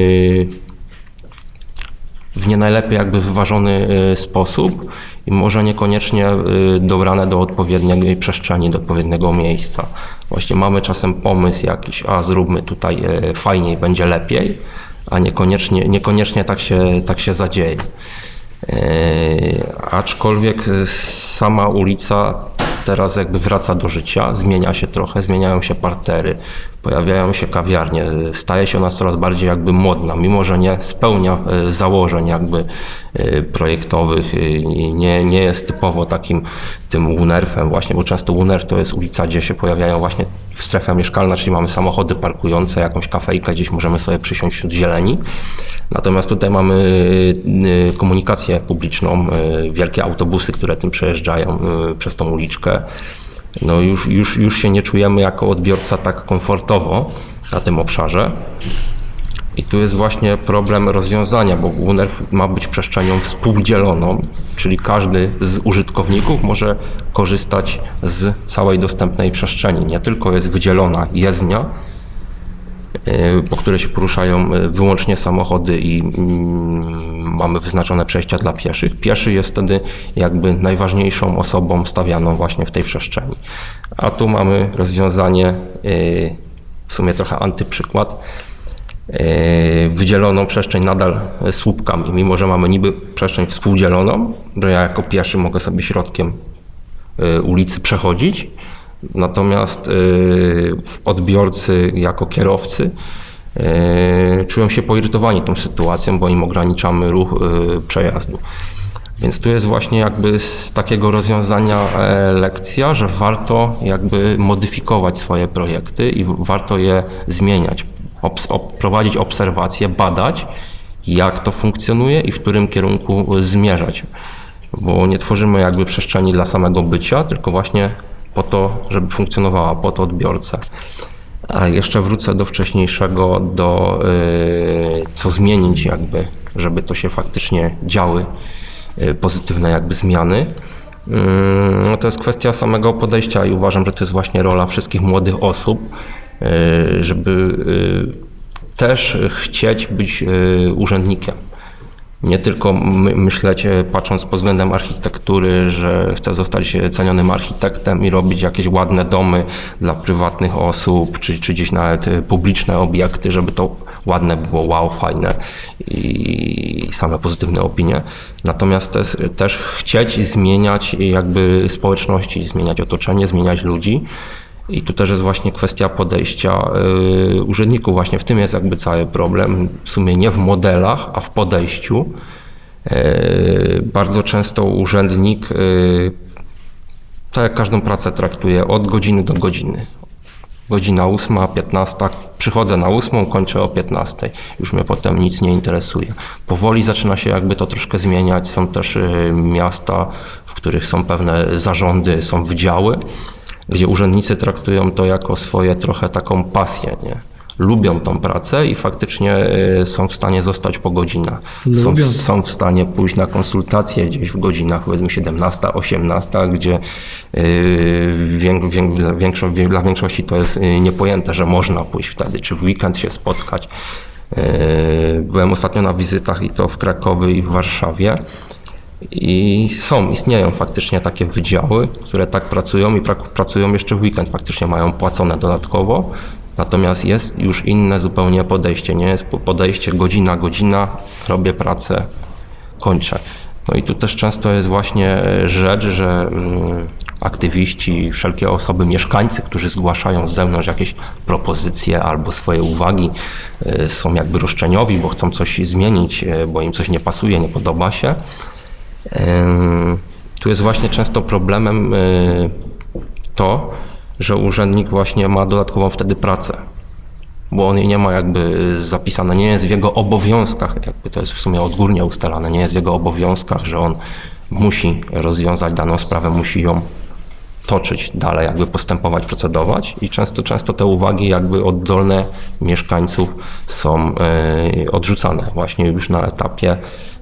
w nie najlepiej jakby wyważony sposób i może niekoniecznie dobrane do odpowiedniej przestrzeni, do odpowiedniego miejsca. Właśnie mamy czasem pomysł jakiś, a zróbmy tutaj fajniej, będzie lepiej, a niekoniecznie, niekoniecznie tak się, tak się zadzieje. Aczkolwiek sama ulica teraz jakby wraca do życia, zmienia się trochę, zmieniają się partery, pojawiają się kawiarnie, staje się ona coraz bardziej jakby modna, mimo że nie spełnia założeń jakby projektowych, nie, nie jest typowo takim tym Wunerfem właśnie, bo często Wuner to jest ulica, gdzie się pojawiają właśnie w strefie mieszkalna, czyli mamy samochody parkujące, jakąś kafejkę, gdzieś możemy sobie przysiąść wśród zieleni. Natomiast tutaj mamy komunikację publiczną, wielkie autobusy, które tym przejeżdżają przez tą uliczkę. No już, już, już się nie czujemy jako odbiorca tak komfortowo na tym obszarze. I tu jest właśnie problem rozwiązania, bo Wuner ma być przestrzenią współdzieloną, czyli każdy z użytkowników może korzystać z całej dostępnej przestrzeni. Nie tylko jest wydzielona jezdnia, po której się poruszają wyłącznie samochody i mamy wyznaczone przejścia dla pieszych. Pieszy jest wtedy jakby najważniejszą osobą stawianą właśnie w tej przestrzeni. A tu mamy rozwiązanie, w sumie trochę antyprzykład, wydzieloną przestrzeń nadal słupkami, mimo że mamy niby przestrzeń współdzieloną, że ja jako pieszy mogę sobie środkiem ulicy przechodzić, natomiast odbiorcy jako kierowcy czują się poirytowani tą sytuacją, bo im ograniczamy ruch przejazdu. Więc tu jest właśnie jakby z takiego rozwiązania lekcja, że warto jakby modyfikować swoje projekty i warto je zmieniać, obs- ob- prowadzić obserwacje, badać, jak to funkcjonuje i w którym kierunku zmierzać. Bo nie tworzymy jakby przestrzeni dla samego bycia, tylko właśnie po to, żeby funkcjonowała, po to odbiorcę. A jeszcze wrócę do wcześniejszego, do yy, co zmienić jakby, żeby to się faktycznie działy yy, pozytywne jakby zmiany. Yy, no to jest kwestia samego podejścia i uważam, że to jest właśnie rola wszystkich młodych osób, yy, żeby yy, też chcieć być yy, urzędnikiem. nie tylko my, myśleć, patrząc pod względem architektury, że chcę zostać cenionym architektem i robić jakieś ładne domy dla prywatnych osób, czy, czy gdzieś nawet publiczne obiekty, żeby to ładne było, wow, fajne i same pozytywne opinie. Natomiast też, też chcieć zmieniać jakby społeczności, zmieniać otoczenie, zmieniać ludzi. I tu też jest właśnie kwestia podejścia y, urzędników. Właśnie w tym jest jakby cały problem. W sumie nie w modelach, a w podejściu. Y, bardzo często urzędnik y, tak jak każdą pracę traktuje od godziny do godziny. Godzina ósma, piętnasta, przychodzę na ósmą, kończę o piętnastej. Już mnie potem nic nie interesuje. Powoli zaczyna się jakby to troszkę zmieniać. Są też y, miasta, w których są pewne zarządy, są wydziały, gdzie urzędnicy traktują to jako swoje trochę taką pasję, nie? Lubią tą pracę i faktycznie y, są w stanie zostać po godzinach. Są, są w stanie pójść na konsultacje gdzieś w godzinach powiedzmy siedemnasta, osiemnasta, gdzie y, wiek, wiek, większo, dla większości to jest y, niepojęte, że można pójść wtedy, czy w weekend się spotkać. Y, byłem ostatnio na wizytach i to w Krakowie i w Warszawie. I są, istnieją faktycznie takie wydziały, które tak pracują i pra- pracują jeszcze w weekend, faktycznie mają płacone dodatkowo. Natomiast jest już inne zupełnie podejście, nie jest podejście godzina, godzina, robię pracę, kończę. No i tu też często jest właśnie rzecz, że mm, aktywiści, wszelkie osoby, mieszkańcy, którzy zgłaszają z zewnątrz jakieś propozycje albo swoje uwagi, y, są jakby roszczeniowi, bo chcą coś zmienić, y, bo im coś nie pasuje, nie podoba się. Tu jest właśnie często problemem to, że urzędnik właśnie ma dodatkową wtedy pracę, bo on jej nie ma jakby zapisane, nie jest w jego obowiązkach, jakby to jest w sumie odgórnie ustalane, nie jest w jego obowiązkach, że on musi rozwiązać daną sprawę, musi ją toczyć dalej, jakby postępować, procedować i często, często te uwagi jakby oddolne mieszkańców są odrzucane właśnie już na etapie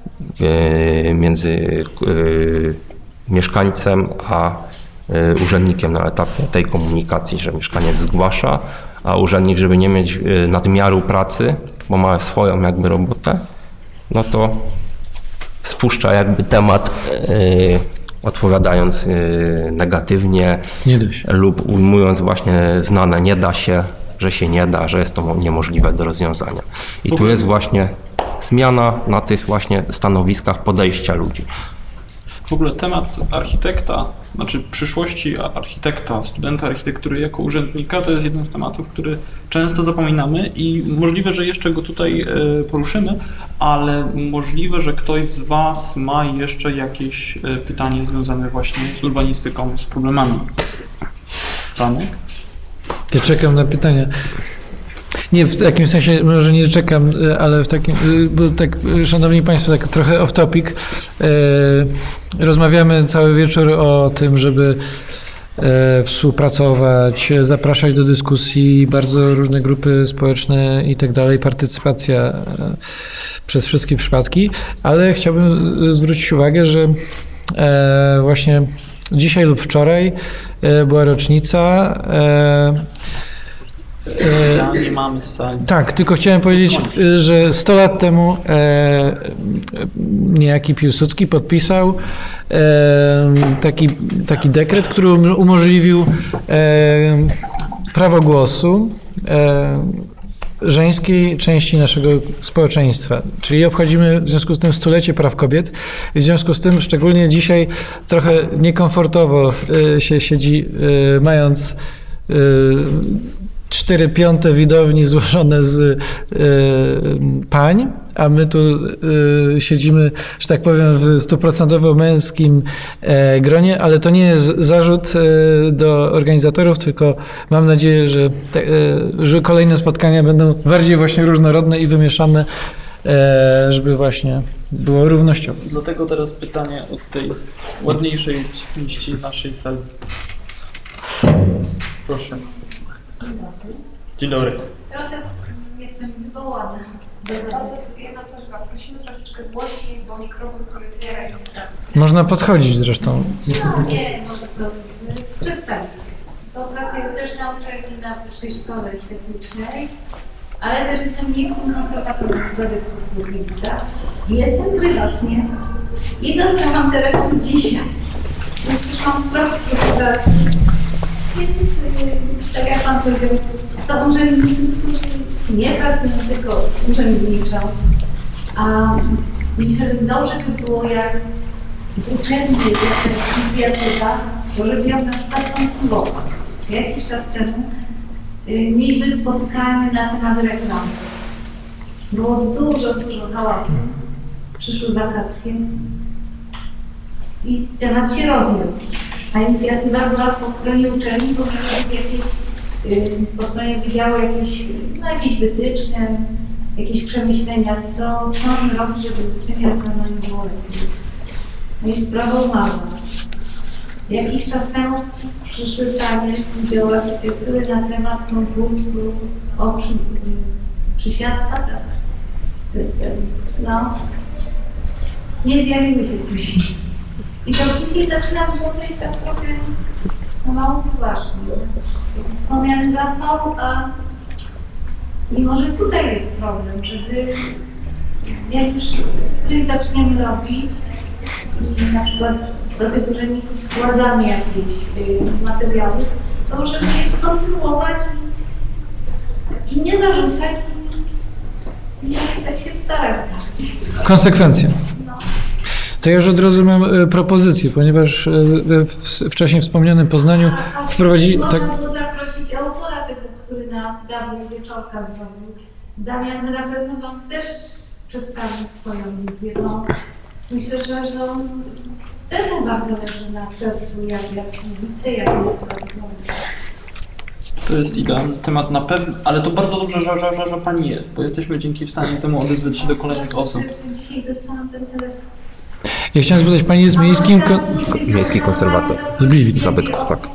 między mieszkańcem a urzędnikiem na etapie tej komunikacji, że mieszkaniec zgłasza, a urzędnik, żeby nie mieć nadmiaru pracy, bo ma swoją jakby robotę, no to spuszcza jakby temat, odpowiadając negatywnie lub ujmując właśnie znane nie da się, że się nie da, że jest to niemożliwe do rozwiązania. I tu jest właśnie zmiana na tych właśnie stanowiskach podejścia ludzi. W ogóle temat architekta, znaczy przyszłości architekta, studenta architektury jako urzędnika, to jest jeden z tematów, który często zapominamy i możliwe, że jeszcze go tutaj poruszymy, ale możliwe, że ktoś z Was ma jeszcze jakieś pytanie związane właśnie z urbanistyką, z problemami. Franek? Ja czekam na pytania. Nie, w takim sensie może nie czekam, ale w takim, bo tak, szanowni Państwo, tak trochę off topic. Rozmawiamy cały wieczór o tym, żeby współpracować, zapraszać do dyskusji bardzo różne grupy społeczne i tak dalej, partycypacja przez wszystkie przypadki, ale chciałbym zwrócić uwagę, że właśnie dzisiaj lub wczoraj była rocznica. Ja nie mamy sali. Tak, tylko chciałem powiedzieć, że sto lat temu e, niejaki Piłsudski podpisał e, taki, taki dekret, który umożliwił e, prawo głosu e, żeńskiej części naszego społeczeństwa. Czyli obchodzimy w związku z tym stulecie praw kobiet i w związku z tym szczególnie dzisiaj trochę niekomfortowo e, się siedzi, e, mając e, cztery piąte widowni złożone z y, pań, a my tu y, siedzimy, że tak powiem, w stuprocentowo męskim e, gronie, ale to nie jest zarzut e, do organizatorów, tylko mam nadzieję, że, te, e, że kolejne spotkania będą bardziej właśnie różnorodne i wymieszane, e, żeby właśnie było równościowo. Dlatego teraz pytanie od tej ładniejszej części naszej sali. Proszę. Dzień dobry. Trochę jestem wywołana. Bardzo jedna prośba, prosimy troszeczkę głośniej, bo mikrofon, który zbiera jest tak. Można podchodzić zresztą. No nie, może to przedstawić się. To pracuję też na uczelni na Wyższej Szkole Technicznej, ale też jestem miejskim konserwatorem zabytków w Gliwicach. I jestem prywatnie i dostałam telefon dzisiaj. Więc już mam prostą sytuację. Więc yy, tak jak Pan powiedział, są urzędnicy, którzy nie pracują, tylko urzędniczą. A myślę, że dobrze by było, jak z uczelni jest inicjatywa, żeby ją na przykład kontynuować. Jakiś czas temu y, mieliśmy spotkanie na temat reklamy. Było dużo, dużo hałasu. Przyszły wakacje i temat się rozwiązał. A inicjatywa była po stronie uczelni, powinny być jakieś, y, po stronie wydziału jakieś, no, jakieś wytyczne, jakieś przemyślenia, co, co on robi, żeby z tymi reklamami było lepiej. No i sprawą mała. Jakiś czas temu przyszły panie z Wydziału Architektury na temat konkursu o przy, przysiadka, tak? No. Nie zjawiły się później. I to później zaczynam mówić tak trochę no, mało poważnie. Wspomniany zapał, a i może tutaj jest problem, żeby jak już coś zaczniemy robić i na przykład do tych urzędników składamy jakieś y, materiały, to żeby je kontynuować i, i nie zarzucać i nie tak się starać bardziej. Konsekwencje. No. To ja już od razu mam e, propozycję, ponieważ e, w wcześniej wspomnianym Poznaniu A, a wprowadzili... Można Tak, było zaprosić autora tego, który na dawnych wieczorka zrobił. Damian na pewno Wam też przedstawi swoją wizję. No, myślę, że, że on też mu bardzo leży na sercu, jak, jak Gliwice, jak jest to. To jest idealny temat na pewno, ale to bardzo dobrze, że, że, że, że Pani jest, bo jesteśmy dzięki w stanie temu odezwać się do kolejnych osób. Dzisiaj dostałam ten telefon. ja chciałem zapytać, Pani jest miejskim... Kon... Miejski konserwator. Z Gliwic. Zabytków, tak.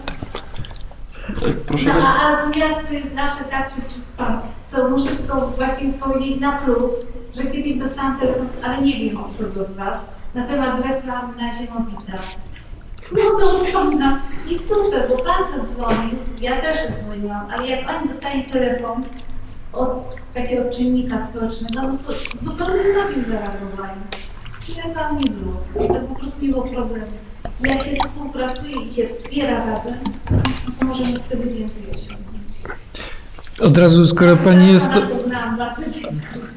Proszę No, bardzo. a, a z miasto jest nasze, tak, czy, czy pan, to muszę tylko właśnie powiedzieć na plus, że kiedyś dostałam telefon, ale nie wiem od kogo z Was, na temat reklam na Ziemowita. No to od pana. I super, bo pan zadzwonił, ja też dzwoniłam, ale jak oni dostali telefon od takiego czynnika społecznego, no to zupełnie inaczej zareagowali. I reklam nie było. To po prostu nie było problemu. Jak się współpracuje i się wspiera razem, to możemy wtedy więcej osiągnąć. Od razu, skoro Pani jest... To... Ja to znałam, bardzo dziękuję.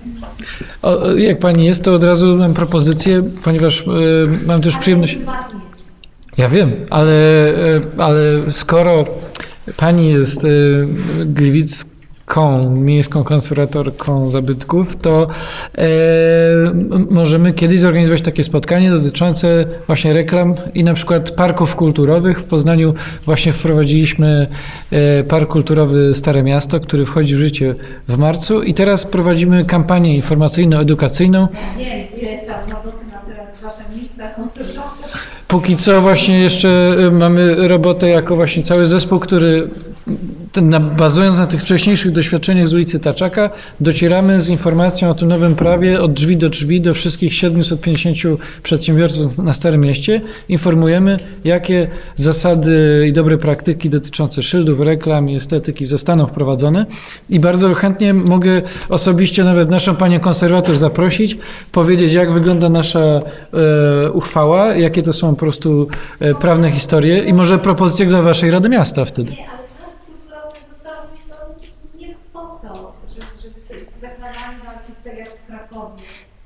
O, jak Pani jest, to od razu mam propozycję, ponieważ e, mam też przyjemność... Prywatnie jest. Ja wiem, ale, e, ale skoro Pani jest e, gliwicką miejską konserwatorką zabytków, to e, m- możemy kiedyś zorganizować takie spotkanie dotyczące właśnie reklam i na przykład parków kulturowych. W Poznaniu właśnie wprowadziliśmy e, Park Kulturowy Stare Miasto, który wchodzi w życie w marcu i teraz prowadzimy kampanię informacyjno-edukacyjną. Nie, ile jest tam roboty na teraz wasza miejsca konserwatorów. Póki co właśnie jeszcze y, mamy robotę jako właśnie cały zespół, który ten, na, bazując na tych wcześniejszych doświadczeniach z ulicy Taczaka, docieramy z informacją o tym nowym prawie od drzwi do drzwi do wszystkich siedmiuset pięćdziesięciu przedsiębiorców na Starym Mieście. Informujemy, jakie zasady i dobre praktyki dotyczące szyldów, reklam i estetyki zostaną wprowadzone i bardzo chętnie mogę osobiście nawet naszą panią konserwator zaprosić, powiedzieć, jak wygląda nasza e, uchwała, jakie to są po prostu e, prawne historie i może propozycje dla waszej Rady Miasta wtedy. Nie, ale park kulturowy został wymyślony nie po to, żeby, żeby z reklamami walczyć tak jak w Krakowie.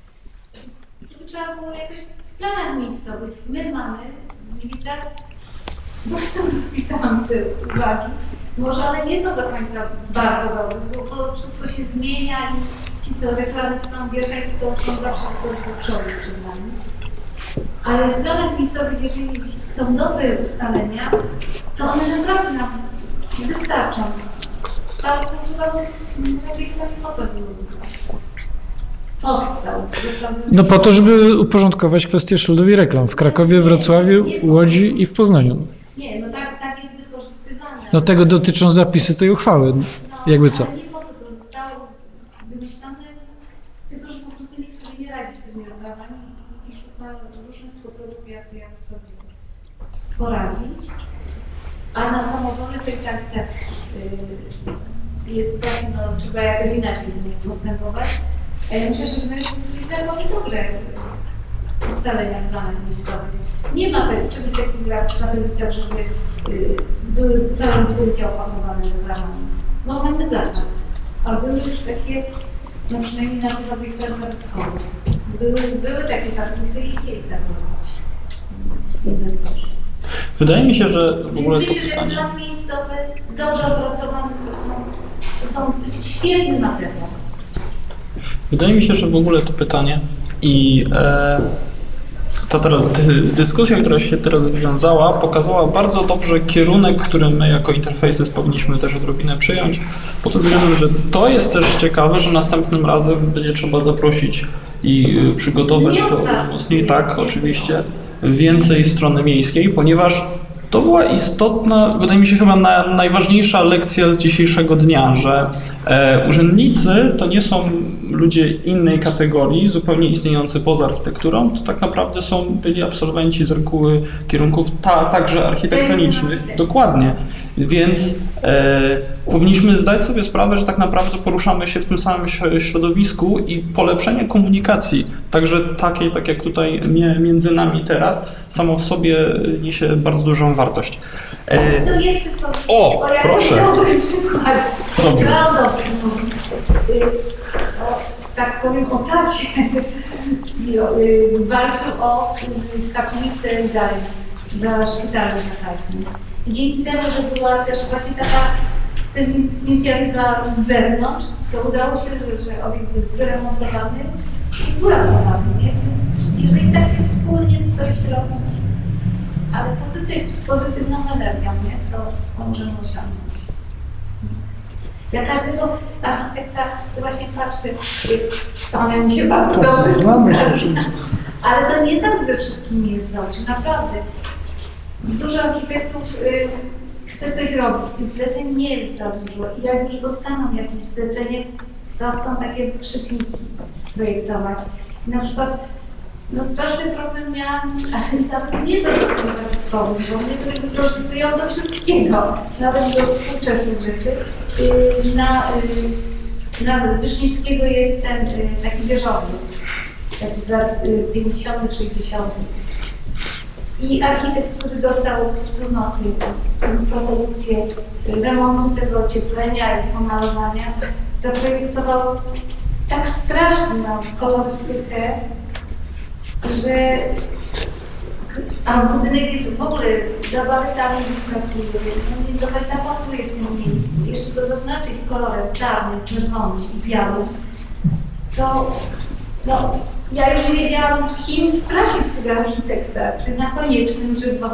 To trzeba było jakoś w planach miejscowych. My mamy w Gliwicach, bo sobie wpisałam te uwagi, może one nie są do końca bardzo dobre, bo to wszystko się zmienia i ci, co reklamy chcą wieszać, to są zawsze ktoś do przodu przed nami. Ale w planach miejscowych, jeżeli są dobre ustalenia, to one naprawdę nam wystarczą. Park kulturowy raczej chyba nie po to nie powstał. Został No po to, żeby uporządkować kwestię szyldów i reklam w Krakowie, Wrocławiu, Łodzi i w Poznaniu. Nie, no tak, tak jest wykorzystywane. No tego dotyczą zapisy tej uchwały. No, Jakby co? ale nie po to to zostało wymyślone, tylko że po prostu nikt sobie nie radzi z tymi reklamami i, i, i szuka różnych sposobów, jak, jak sobie poradzić. A na samowolę to i tak, i tak yy, jest właśnie, no, trzeba jakoś inaczej z nim postępować. A ja myślę, że my mamy dobre ustalenia w planach miejscowych. Nie ma te, czegoś takiego jak w Katowicach, żeby y, były całe budynki opakowane reklamami. No mamy zakaz. Ale były już takie, no przynajmniej na tych obiektach zabytkowych. Były, były takie zakusy i chcieli tak robić inwestorzy. Wydaje mi się, że w Więc ogóle myślę, to że pytanie... plan miejscowy, dobrze opracowany, to są, to są świetny materiał. Wydaje mi się, że w ogóle to pytanie i e, ta teraz dy, dyskusja, która się teraz wywiązała, pokazała bardzo dobrze kierunek, który my jako Interfaces powinniśmy też odrobinę przyjąć, pod tym względem, że to jest też ciekawe, że następnym razem będzie trzeba zaprosić i y, przygotować to mocniej, tak, oczywiście, więcej strony miejskiej, ponieważ to była istotna, wydaje mi się chyba na, najważniejsza lekcja z dzisiejszego dnia, że e, urzędnicy to nie są ludzie innej kategorii, zupełnie istniejący poza architekturą, to tak naprawdę są byli absolwenci z reguły kierunków ta, także architektonicznych. Dokładnie. Więc e, powinniśmy zdać sobie sprawę, że tak naprawdę poruszamy się w tym samym środowisku i polepszenie komunikacji, także takiej, tak jak tutaj między nami teraz, samo w sobie niesie bardzo dużą wartość. E, To jeszcze tylko o, o jakimś proszę. dobrym przykładzie. Dobrze. No, dobrze. O, tak powiem o tacie. I o, y, walczył o y, kaplicę dalej, za szpitalem zakaźnym. I dzięki temu, że była też właśnie taka to jest inicjatywa z zewnątrz, to udało się, że, że obiekt jest wyremontowany i uratowany, nie? Więc jeżeli tak się wspólnie coś robi, ale pozytyw, z pozytywną energią, nie? To, to możemy osiągnąć. Ja każdego architekta to właśnie patrzy, z panem mi się bardzo dobrze zgadza. Ale to nie tak ze wszystkimi jest dobrze, naprawdę. Dużo architektów y, chce coś robić, tych zleceń nie jest za dużo i jak już dostaną jakieś zlecenie, to chcą takie krzykniki projektować. I na przykład no straszny problem miałam, z, ale nawet nie z obiektami zabytkowymi, bo mnie to wykorzystują do wszystkiego, nawet do współczesnych rzeczy. Y, na, y, na Wyszyńskiego jest ten y, taki wieżowiec, taki z lat y, pięćdziesiątych, sześćdziesiątych. I architekt, który dostał od wspólnoty propozycję remontu tego ocieplenia i pomalowania, zaprojektował tak straszną kolorystykę, że a budynek jest w ogóle gabarytami wyskakuje, no nie do końca pasuje w tym miejscu. Jeszcze go zaznaczyć kolorem czarnym, czerwonym i białym, to no, ja już wiedziałam, kim straszyć tego architekta, czy na koniecznym, czy w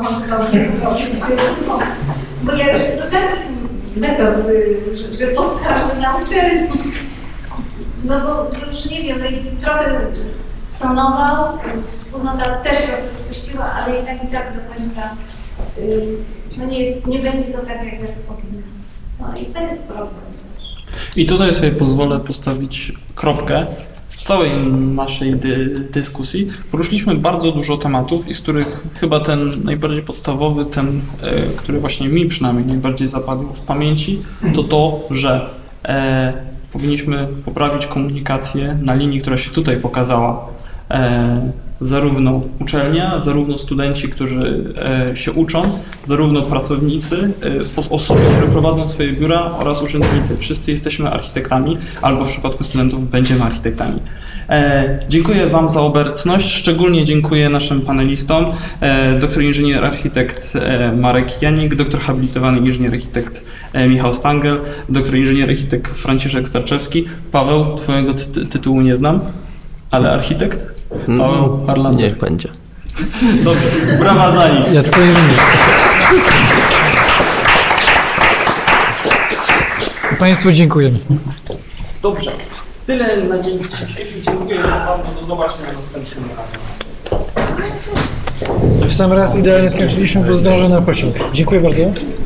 bo ja już do takich metod, że, że poskarżę na uczelni. No bo już nie wiem, no i trochę stonował, wspólnota też trochę spuściła, ale i tak i tak do końca no nie, jest, nie będzie to tak, jak, jak powinno. No i to jest problem. I tutaj sobie pozwolę postawić kropkę w całej naszej dy dyskusji. Poruszyliśmy bardzo dużo tematów i z których chyba ten najbardziej podstawowy, ten, e, który właśnie mi przynajmniej najbardziej zapadł w pamięci, to to, że e, powinniśmy poprawić komunikację na linii, która się tutaj pokazała. E, zarówno uczelnia, zarówno studenci, którzy e, się uczą, zarówno pracownicy, e, osoby, które prowadzą swoje biura oraz urzędnicy. Wszyscy jesteśmy architektami, albo w przypadku studentów będziemy architektami. E, dziękuję Wam za obecność, szczególnie dziękuję naszym panelistom, e, doktor inżynier architekt e, Marek Janik, doktor habilitowany inżynier architekt e, Michał Stangel, doktor inżynier architekt Franciszek Starczewski. Paweł, Twojego ty tytułu nie znam, ale architekt? Paweł Arlander. Niech będzie. Dobrze, brawa dla nich. Ja tylko inżynier. Państwu dziękujemy. Dobrze, tyle na dzień dzisiejszy. Dziękuję Wam, do zobaczenia następnym razem. W sam raz idealnie skończyliśmy, bo zdążę na pociąg. Dziękuję bardzo.